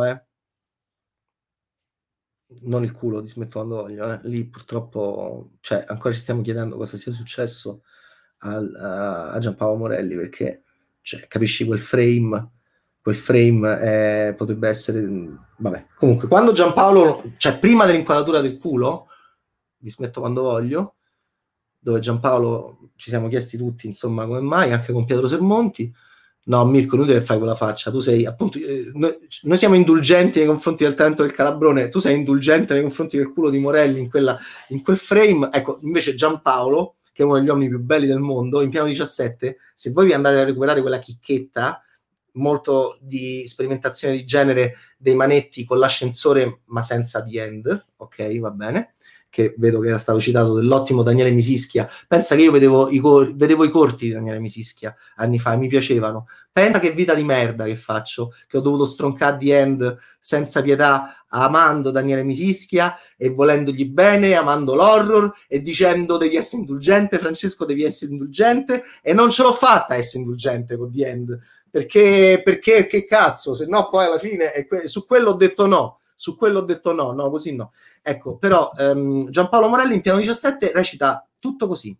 non il culo di Smetto quando voglio, lì purtroppo, cioè, ancora ci stiamo chiedendo cosa sia successo a Giampaolo Morelli, perché, cioè, capisci quel frame potrebbe essere, vabbè, comunque, quando Giampaolo, cioè prima dell'inquadratura del culo di Smetto quando voglio, dove Giampaolo ci siamo chiesti tutti, insomma, come mai, anche con Pietro Sermonti. No, Mirko, inutile che fai quella faccia. Tu sei, appunto, noi siamo indulgenti nei confronti del talento del Calabrone, tu sei indulgente nei confronti del culo di Morelli in quel frame. Ecco, invece Giampaolo, che è uno degli uomini più belli del mondo, in Piano 17, se voi vi andate a recuperare quella chicchetta, molto di sperimentazione di genere dei manetti con l'ascensore, ma senza the end, ok, va bene, che vedo che era stato citato, dell'ottimo Daniele Misischia. Pensa che io vedevo i corti di Daniele Misischia anni fa, mi piacevano. Pensa che vita di merda che faccio, che ho dovuto stroncare the end senza pietà, amando Daniele Misischia e volendogli bene, amando l'horror e dicendo devi essere indulgente, Francesco devi essere indulgente, e non ce l'ho fatta essere indulgente con the end, perché che cazzo, se no poi alla fine su quello ho detto no, no, così no. Ecco, però Giampaolo Morelli in Piano 17 recita tutto così.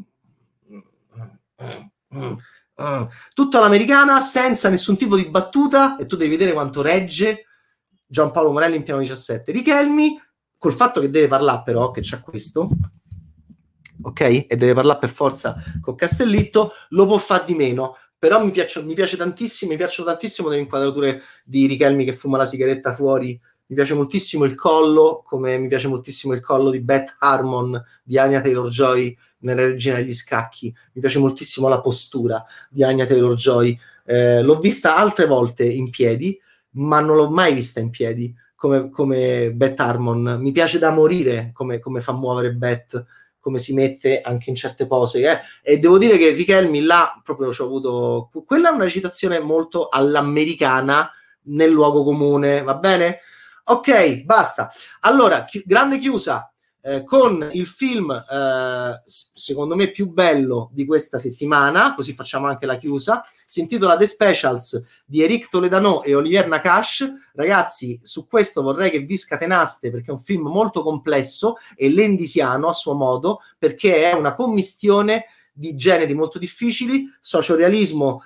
Tutto all'americana, senza nessun tipo di battuta, e tu devi vedere quanto regge Giampaolo Morelli in Piano 17. Richelmi, col fatto che deve parlare però, che c'ha questo, ok? E deve parlare per forza con Castellitto, lo può fare di meno. Però mi piacciono tantissimo le inquadrature di Richelmi che fuma la sigaretta fuori. Mi piace moltissimo il collo, come mi piace moltissimo il collo di Beth Harmon, di Anya Taylor-Joy nella Regina degli Scacchi. Mi piace moltissimo la postura di Anya Taylor-Joy. L'ho vista altre volte in piedi, ma non l'ho mai vista in piedi come Beth Harmon. Mi piace da morire come fa muovere Beth, come si mette anche in certe pose. E devo dire che Richelmi là proprio ci ho avuto... Quella è una recitazione molto all'americana nel luogo comune, va bene? Ok, basta. Allora, grande chiusa con il film secondo me più bello di questa settimana, così facciamo anche la chiusa. Si intitola The Specials di Eric Toledano e Olivier Nakache. Ragazzi, su questo vorrei che vi scatenaste, perché è un film molto complesso e lendisiano a suo modo, perché è una commistione di generi molto difficili, sociorealismo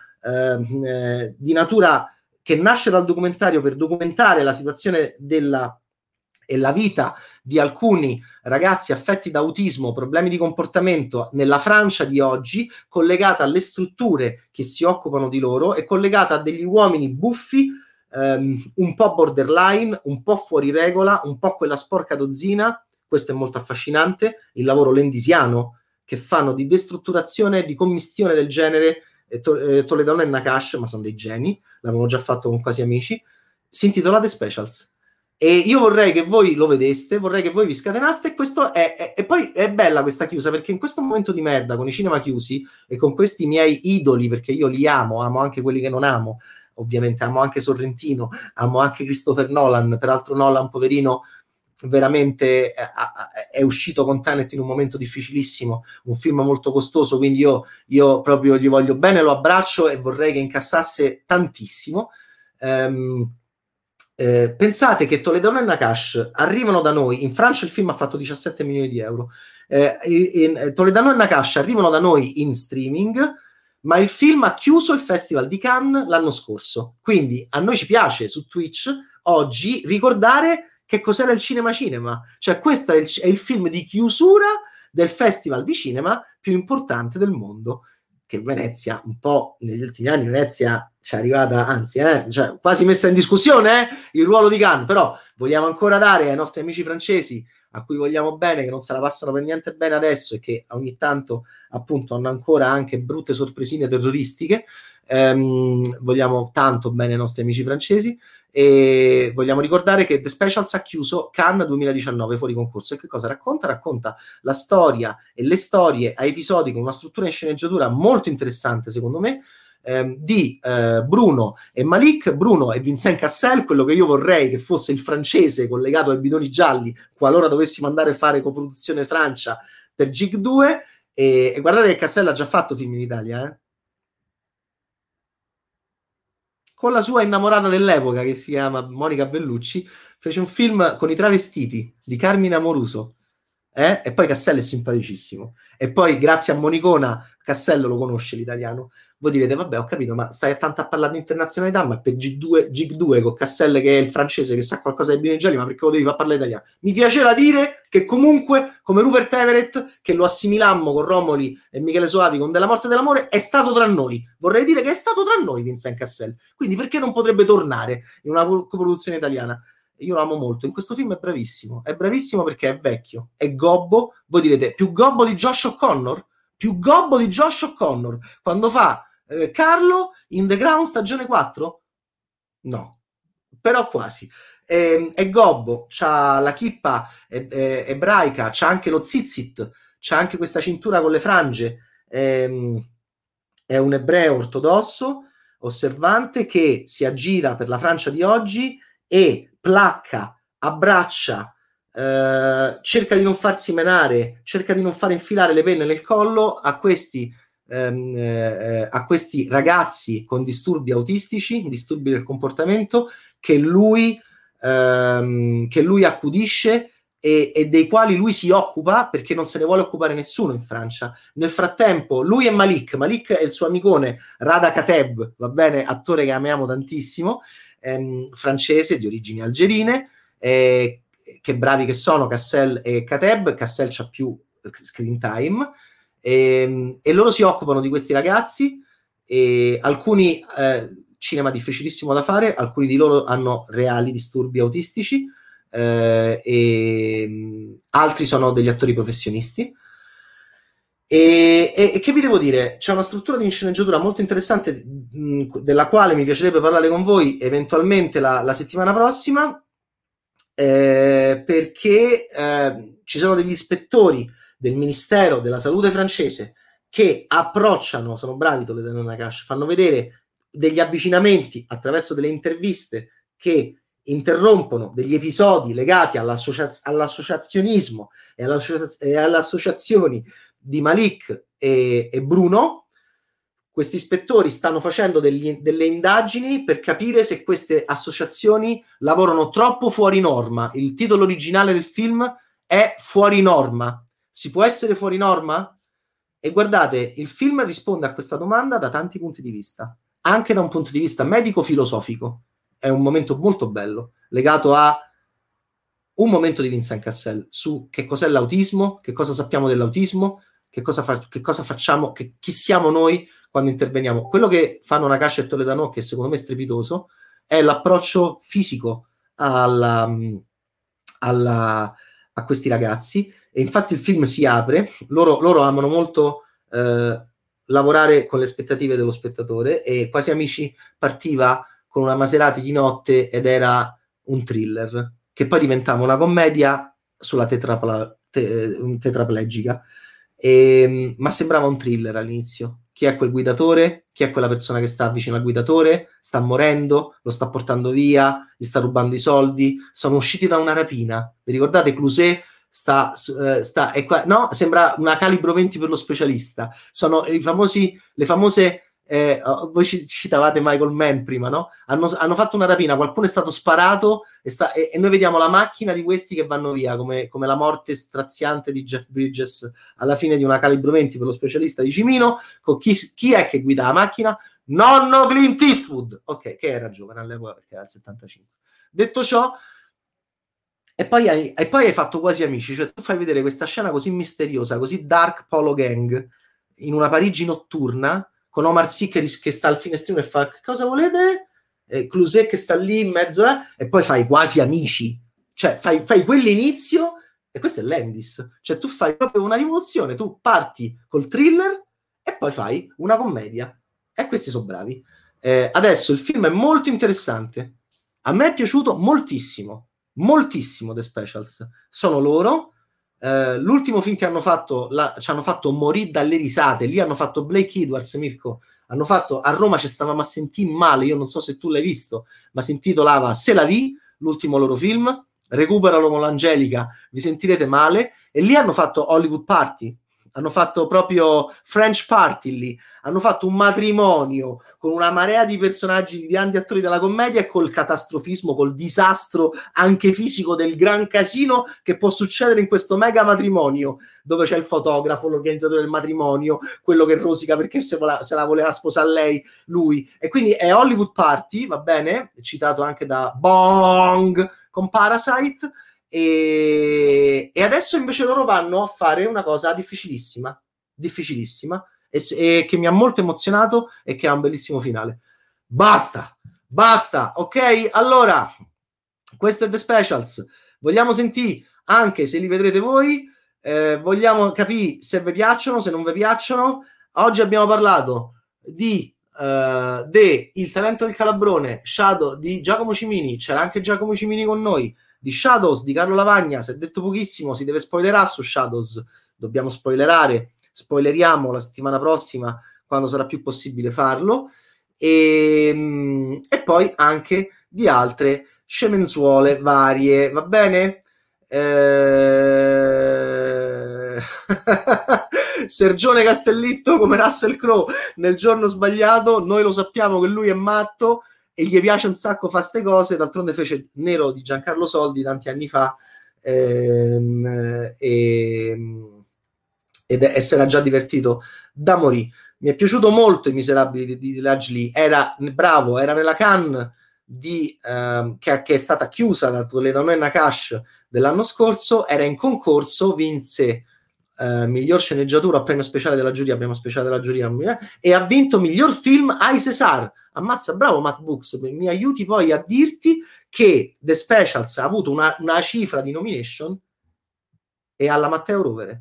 di natura che nasce dal documentario per documentare la situazione e la vita di alcuni ragazzi affetti da autismo, problemi di comportamento nella Francia di oggi, collegata alle strutture che si occupano di loro e collegata a degli uomini buffi, un po' borderline, un po' fuori regola, un po' quella sporca dozzina. Questo è molto affascinante, il lavoro lendisiano che fanno di destrutturazione e di commistione del genere. Toledano e Nakache, ma sono dei geni, l'avevano già fatto con Quasi Amici. Si intitola The Specials e io vorrei che voi lo vedeste, vorrei che voi vi scatenaste. E questo e poi è bella questa chiusa, perché in questo momento di merda, con i cinema chiusi e con questi miei idoli, perché io li amo anche quelli che non amo, ovviamente amo anche Sorrentino, amo anche Christopher Nolan, peraltro Nolan poverino veramente è uscito con Tenet in un momento difficilissimo, un film molto costoso, quindi io proprio gli voglio bene, lo abbraccio e vorrei che incassasse tantissimo. Pensate che Toledano e Nakache arrivano da noi, in Francia il film ha fatto 17 milioni di euro, Toledano e Nakache arrivano da noi in streaming, ma il film ha chiuso il Festival di Cannes l'anno scorso, quindi a noi ci piace su Twitch oggi ricordare che cos'era il cinema, cioè questo è il film di chiusura del festival di cinema più importante del mondo, che Venezia un po' negli ultimi anni Venezia ci è arrivata, anzi cioè, quasi messa in discussione il ruolo di Cannes, però vogliamo ancora dare ai nostri amici francesi, a cui vogliamo bene, che non se la passano per niente bene adesso e che ogni tanto appunto hanno ancora anche brutte sorpresine terroristiche, vogliamo tanto bene ai nostri amici francesi. E vogliamo ricordare che The Specials ha chiuso Cannes 2019 fuori concorso. E che cosa racconta? Racconta la storia e le storie a episodi con una struttura in sceneggiatura molto interessante, secondo me, di Bruno e Malik. Bruno è Vincent Cassel, quello che io vorrei che fosse il francese collegato ai bidoni gialli, qualora dovessimo andare a fare coproduzione Francia per Gig 2. E guardate che Cassel ha già fatto film in Italia, con la sua innamorata dell'epoca, che si chiama Monica Bellucci, fece un film con i travestiti di Carmine Amoruso. E poi Castello è simpaticissimo. E poi, grazie a Monicona, Castello lo conosce l'italiano. Voi direte, vabbè, ho capito, ma stai tanto a parlare di internazionalità, ma per Gig 2 con Castello, che è il francese, che sa qualcosa di bene gialli, ma perché lo devi far parlare italiano? Mi piaceva dire che comunque, come Rupert Everett, che lo assimilammo con Romoli e Michele Soavi con Della morte e dell'amore, è stato tra noi. Vorrei dire che è stato tra noi Vincent Cassel. Quindi perché non potrebbe tornare in una coproduzione italiana? Io lo amo molto. In questo film è bravissimo perché è vecchio, è gobbo. Voi direte, più gobbo di Josh O'Connor? Più gobbo di Josh O'Connor quando fa Carlo in The Crown stagione 4? No, però quasi. È gobbo, c'ha la chippa ebraica, c'ha anche lo zizzit, c'ha anche questa cintura con le frange. È un ebreo ortodosso, osservante, che si aggira per la Francia di oggi e placca, abbraccia, cerca di non farsi menare, cerca di non fare infilare le penne nel collo a questi ragazzi con disturbi autistici, disturbi del comportamento, che lui accudisce e dei quali lui si occupa, perché non se ne vuole occupare nessuno in Francia. Nel frattempo lui e Malik è il suo amicone Rada Kateb, va bene, attore che amiamo tantissimo, francese di origini algerine, che bravi che sono Cassel e Kateb. Cassel c'ha più screen time, e loro si occupano di questi ragazzi, e alcuni cinema difficilissimo da fare, alcuni di loro hanno reali disturbi autistici, e altri sono degli attori professionisti. E che vi devo dire? C'è una struttura di sceneggiatura molto interessante, della quale mi piacerebbe parlare con voi eventualmente la settimana prossima, perché ci sono degli ispettori del Ministero della Salute francese che approcciano, sono bravi Toledano e Nakash, fanno vedere degli avvicinamenti attraverso delle interviste che interrompono degli episodi legati all'associazionismo e alle associazioni di Malik e Bruno. Questi ispettori stanno facendo delle indagini per capire se queste associazioni lavorano troppo fuori norma. Il titolo originale del film è Fuori norma. Si può essere fuori norma? E guardate, il film risponde a questa domanda da tanti punti di vista, anche da un punto di vista medico-filosofico. È un momento molto bello, legato a un momento di Vincent Cassel su che cos'è l'autismo, che cosa sappiamo dell'autismo, che cosa facciamo, chi siamo noi quando interveniamo. Quello che fanno Nakash e Toledano, che secondo me è strepitoso, è l'approccio fisico a questi ragazzi. E infatti il film si apre, loro amano molto lavorare con le aspettative dello spettatore, e Quasi Amici partiva con una Maserati di notte ed era un thriller, che poi diventava una commedia sulla tetraplegica, ma sembrava un thriller all'inizio. Chi è quel guidatore? Chi è quella persona che sta vicino al guidatore? Sta morendo? Lo sta portando via? Gli sta rubando i soldi? Sono usciti da una rapina. Vi ricordate Clouset? No, sembra una calibro 20 per lo specialista. Sono le famose voi citavate Michael Mann prima, no? Hanno fatto una rapina, qualcuno è stato sparato e noi vediamo la macchina di questi che vanno via, come la morte straziante di Jeff Bridges alla fine di una calibro 20 per lo specialista di Cimino. Con chi è che guida la macchina? Nonno Clint Eastwood, ok, che era giovane all'epoca perché era il 75. Detto ciò, e poi hai fatto Quasi Amici, cioè tu fai vedere questa scena così misteriosa, così dark, Polo Gang, in una Parigi notturna, con Omar Sy che sta al finestrino e fa che cosa volete? Clouset che sta lì in mezzo, e poi fai Quasi Amici, cioè fai quell'inizio, e questo è l'Endis, cioè tu fai proprio una rivoluzione, tu parti col thriller e poi fai una commedia, e questi sono bravi. Adesso il film è molto interessante, a me è piaciuto moltissimo The Specials, sono loro. L'ultimo film che hanno fatto ci hanno fatto morire dalle risate, lì hanno fatto Blake Edwards, Mirko, Hanno fatto, a Roma ci stavamo a sentire male, io non so se tu l'hai visto, ma si intitolava Se la vi, l'ultimo loro film, recuperalo con l'Angelica, vi sentirete male, e lì hanno fatto Hollywood Party, hanno fatto proprio French Party lì, hanno fatto un matrimonio con una marea di personaggi, di grandi attori della commedia e col catastrofismo, col disastro anche fisico del gran casino che può succedere in questo mega matrimonio, dove c'è il fotografo, l'organizzatore del matrimonio, quello che rosica perché se la voleva sposare lei, lui. E quindi è Hollywood Party, va bene? Citato anche da Bong con Parasite. E adesso invece loro vanno a fare una cosa difficilissima e che mi ha molto emozionato e che ha un bellissimo finale. Basta, ok? Allora, questo è The Specials. Vogliamo sentire anche se li vedrete voi, vogliamo capire se vi piacciono, se non vi piacciono. Oggi abbiamo parlato di Il talento del calabrone, Shadow di Giacomo Cimini, c'era anche Giacomo Cimini con noi, di Shadows di Carlo Lavagna, si è detto pochissimo, si deve spoilerare su Shadows, dobbiamo spoileriamo la settimana prossima quando sarà più possibile farlo, e poi anche di altre scemenzuole varie, va bene? Sergione Castellitto come Russell Crowe nel giorno sbagliato, noi lo sappiamo che lui è matto e gli piace un sacco fare ste cose, d'altronde fece Nero di Giancarlo Soldi tanti anni fa, e si era già divertito da morì. Mi è piaciuto molto I Miserabili di Lagli, era bravo, era nella Cannes che è stata chiusa da Toledo e Nakash dell'anno scorso, era in concorso, vinse miglior sceneggiatura a premio speciale della giuria, e ha vinto miglior film ai César. Ammazza, bravo Matt Brooks, mi aiuti poi a dirti che The Specials ha avuto una cifra di nomination e alla Matteo Rovere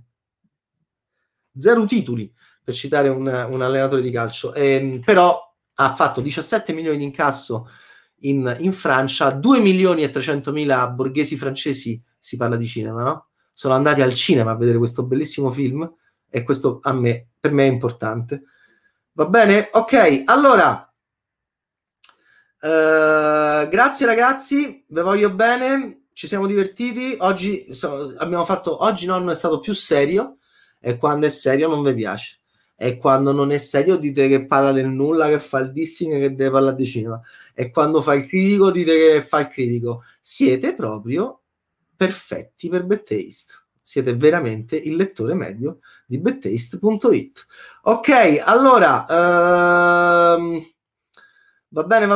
0 titoli, per citare un allenatore di calcio, però ha fatto 17 milioni di incasso in Francia, 2 milioni e 300 mila borghesi francesi, si parla di cinema, no? Sono andati al cinema a vedere questo bellissimo film e questo per me è importante. Va bene? Ok, allora grazie ragazzi, vi voglio bene, ci siamo divertiti oggi, oggi nonno è stato più serio, e quando è serio non vi piace, e quando non è serio dite che parla del nulla, che fa il dissing, che deve parlare di cinema, e quando fa il critico dite che fa il critico. Siete proprio perfetti per Bad Taste, siete veramente il lettore medio di badtaste.it. Ok, allora va bene.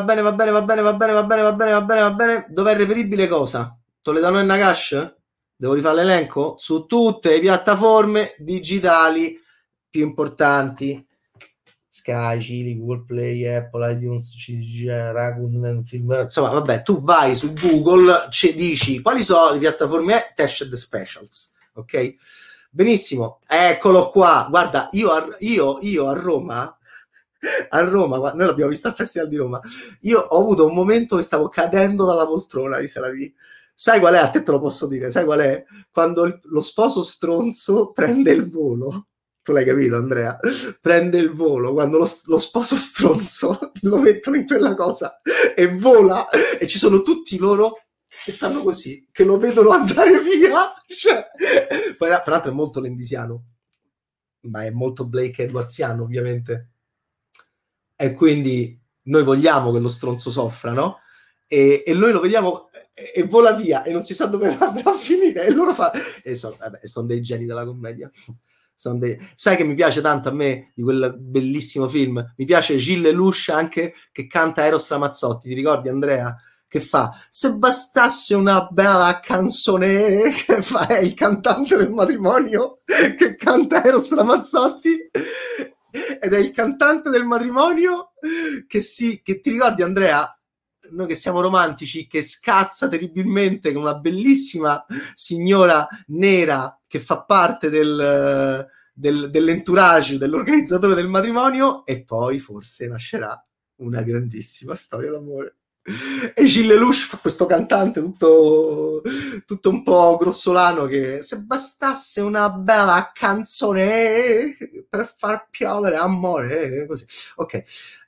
Dov'è reperibile cosa? Toledano e Nakash? Devo rifare l'elenco? Su tutte le piattaforme digitali più importanti: Sky, Cili, Google Play, Apple, iTunes, Rakuten, Film. Insomma, vabbè, tu vai su Google, ci dici quali sono le piattaforme, Tash The Specials, ok? Benissimo, eccolo qua. Guarda, io a Roma, noi l'abbiamo vista al Festival di Roma, io ho avuto un momento che stavo cadendo dalla poltrona di Selavi. Sai qual è? A te lo posso dire, sai qual è? Quando lo sposo stronzo prende il volo. Tu l'hai capito, Andrea? Prende il volo, quando lo sposo stronzo lo mettono in quella cosa e vola, e ci sono tutti loro che stanno così, che lo vedono andare via. Cioè, poi, peraltro è molto lendisiano, ma è molto Blake Edwardsiano, ovviamente. E quindi noi vogliamo che lo stronzo soffra, no? E noi lo vediamo e vola via e non si sa dove andrà a finire, e loro sono dei geni della commedia. Sai che mi piace tanto a me di quel bellissimo film? Mi piace Gilles Lelouch anche, che canta Eros Ramazzotti, ti ricordi, Andrea? Che fa se bastasse una bella canzone, che fa è il cantante del matrimonio che canta Eros Ramazzotti, ed è il cantante del matrimonio che ti ricordi, Andrea? Noi che siamo romantici, che scazza terribilmente con una bellissima signora nera che fa parte dell'entourage dell'organizzatore del matrimonio, e poi forse nascerà una grandissima storia d'amore. E Gilles Lelouch fa questo cantante tutto un po' grossolano che se bastasse una bella canzone per far piovere amore, così. Ok.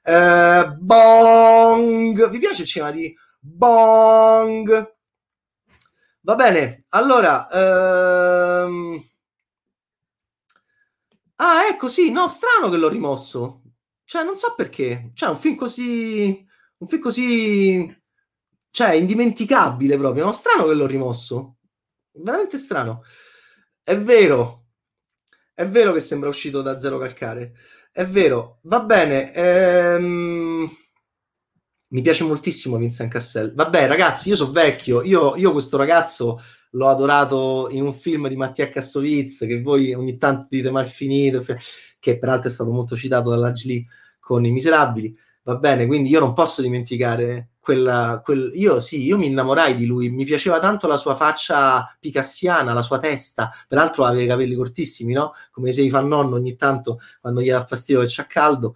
Bong! Vi piace il cinema di Bong? Va bene, allora... Ah, ecco, sì, no, strano che l'ho rimosso. Cioè, non so perché. Cioè, un film così... Un film così... Cioè, indimenticabile proprio, no? Strano che l'ho rimosso. Veramente strano. È vero. È vero che sembra uscito da Zero Calcare. È vero. Va bene. Mi piace moltissimo Vincent Cassel. Vabbè, ragazzi, io sono vecchio. Io questo ragazzo l'ho adorato in un film di Mattia Kassovitz, che voi ogni tanto dite ma è finito, che peraltro è stato molto citato dalla Gli con I Miserabili. Va bene, quindi io non posso dimenticare io mi innamorai di lui, mi piaceva tanto la sua faccia picassiana, la sua testa, peraltro aveva i capelli cortissimi, no? Come se li fa nonno ogni tanto quando gli dà fastidio che c'ha caldo.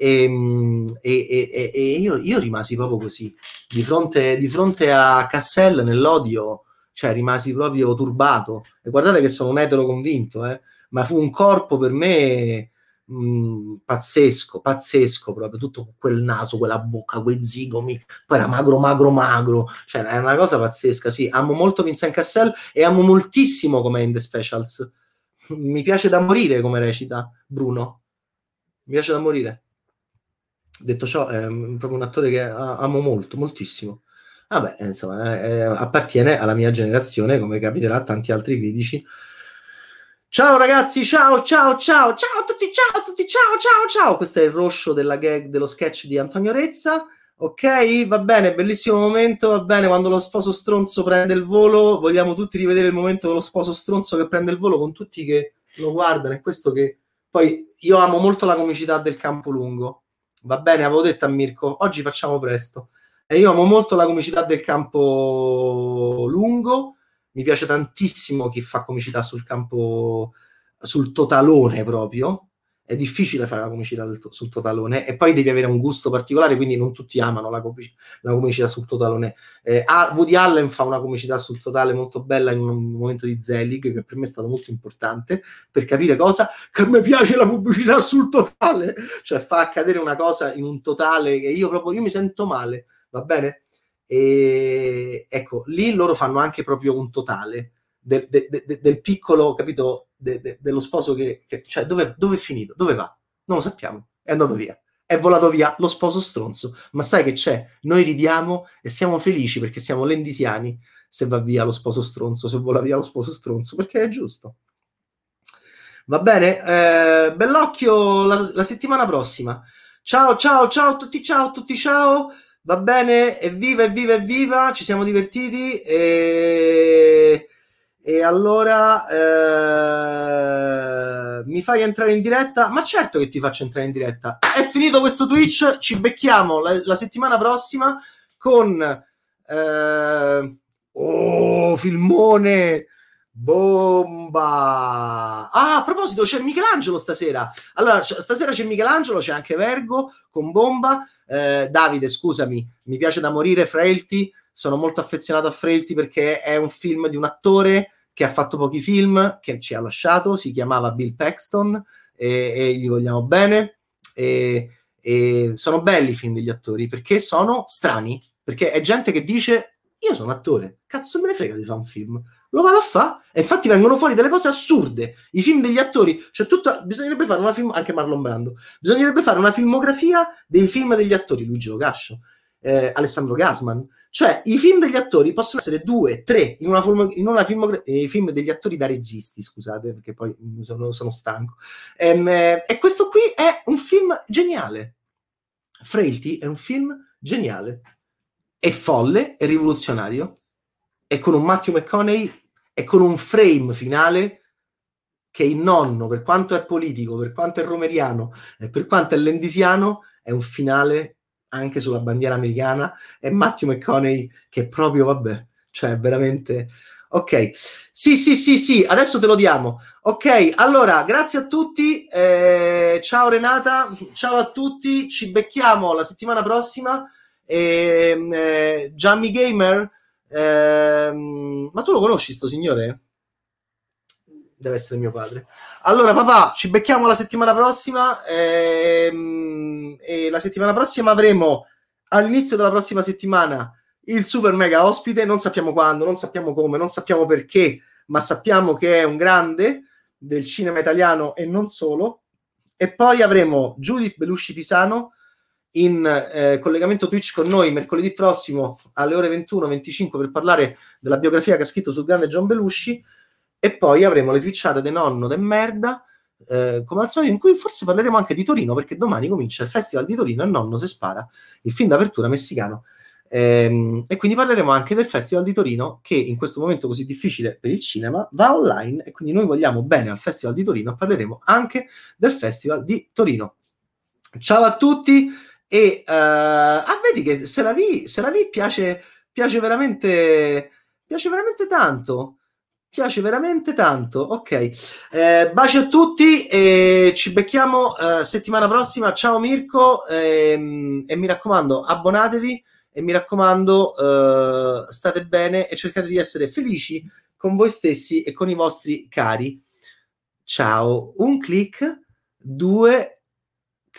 E io rimasi proprio così di fronte a Cassel nell'odio, cioè rimasi proprio turbato. E guardate che sono un etero convinto, ma fu un corpo per me pazzesco, pazzesco proprio, tutto quel naso, quella bocca, quei zigomi, poi era magro, magro, magro, cioè è una cosa pazzesca. Sì, amo molto Vincent Cassel e amo moltissimo come in The Specials. Mi piace da morire come recita Bruno, mi piace da morire. Detto ciò, è proprio un attore che amo molto, moltissimo. Vabbè, insomma, appartiene alla mia generazione, come capiterà a tanti altri critici. Ciao ragazzi, ciao, ciao, ciao, ciao a tutti, ciao a tutti, ciao, ciao, ciao. Questo è il roscio della gag dello sketch di Antonio Rezza. Ok, va bene, bellissimo momento, va bene, quando lo sposo stronzo prende il volo, vogliamo tutti rivedere il momento dello sposo stronzo che prende il volo con tutti che lo guardano, e questo che... Poi io amo molto la comicità del campo lungo. Va bene, avevo detto a Mirko, oggi facciamo presto. E io amo molto la comicità del campo lungo, mi piace tantissimo chi fa comicità sul campo, sul totalone proprio. È difficile fare la comicità sul totalone e poi devi avere un gusto particolare, quindi non tutti amano la comicità sul totalone. Woody Allen fa una comicità sul totale molto bella in un momento di Zelig, che per me è stato molto importante per capire cosa che mi piace la pubblicità sul totale, cioè fa accadere una cosa in un totale che io mi sento male, va bene? E ecco, lì loro fanno anche proprio un totale del piccolo, capito, dello sposo che cioè dove è finito, dove va? Non lo sappiamo, è andato via, è volato via lo sposo stronzo, ma sai che c'è? Noi ridiamo e siamo felici perché siamo lendisiani se va via lo sposo stronzo, se vola via lo sposo stronzo, perché è giusto. Va bene? Bellocchio la settimana prossima. Ciao, ciao, ciao a tutti, ciao a tutti, ciao. Va bene? Evviva, evviva, evviva. Ci siamo divertiti. E allora mi fai entrare in diretta? Ma certo che ti faccio entrare in diretta. È finito questo Twitch. Ci becchiamo la settimana prossima con... oh, filmone! Bomba! Ah, a proposito, c'è Michelangelo stasera. Allora, stasera c'è Michelangelo, c'è anche Vergo con Bomba. Davide, scusami, mi piace da morire Frailty. Sono molto affezionato a Frailty perché è un film di un attore che ha fatto pochi film, che ci ha lasciato. Si chiamava Bill Paxton e gli vogliamo bene. E sono belli i film degli attori perché sono strani. Perché è gente che dice: io sono attore, cazzo me ne frega di fare un film, lo vado a fare, e infatti vengono fuori delle cose assurde. I film degli attori, cioè bisognerebbe fare una film, anche Marlon Brando, bisognerebbe fare una filmografia dei film degli attori, Luigi Locascio, Alessandro Gasman, cioè i film degli attori possono essere 2, 3 in una filmografia, i film degli attori da registi, scusate, perché poi sono stanco. E questo qui è un film geniale. Frailty è un film geniale. È folle, è rivoluzionario, e con un Matthew McConaughey e con un frame finale che il nonno, per quanto è politico, per quanto è romeriano e per quanto è lendisiano, è un finale anche sulla bandiera americana. E Matthew McConaughey che proprio, vabbè, cioè veramente... Ok, sì, adesso te lo diamo. Ok, allora, grazie a tutti, ciao Renata, ciao a tutti, ci becchiamo la settimana prossima. Gianni Gamer, ma tu lo conosci sto signore? Deve essere mio padre. Allora papà, ci becchiamo la settimana prossima, e la settimana prossima avremo, all'inizio della prossima settimana, il super mega ospite, non sappiamo quando, non sappiamo come, non sappiamo perché, ma sappiamo che è un grande del cinema italiano e non solo. E poi avremo Judith Belushi Pisano in collegamento Twitch con noi mercoledì prossimo alle ore 21-25 per parlare della biografia che ha scritto sul grande John Belushi. E poi avremo le twitchate de nonno de merda, come al solito, in cui forse parleremo anche di Torino, perché domani comincia il Festival di Torino e nonno se spara, il film d'apertura messicano. E quindi parleremo anche del Festival di Torino, che in questo momento così difficile per il cinema va online, e quindi noi vogliamo bene al Festival di Torino e parleremo anche del Festival di Torino. Ciao a tutti e vedi che se la vi piace veramente tanto. Piace veramente tanto. Ok. Baci a tutti e ci becchiamo settimana prossima. Ciao Mirko, e mi raccomando, abbonatevi e mi raccomando, state bene e cercate di essere felici con voi stessi e con i vostri cari. Ciao. Un click, due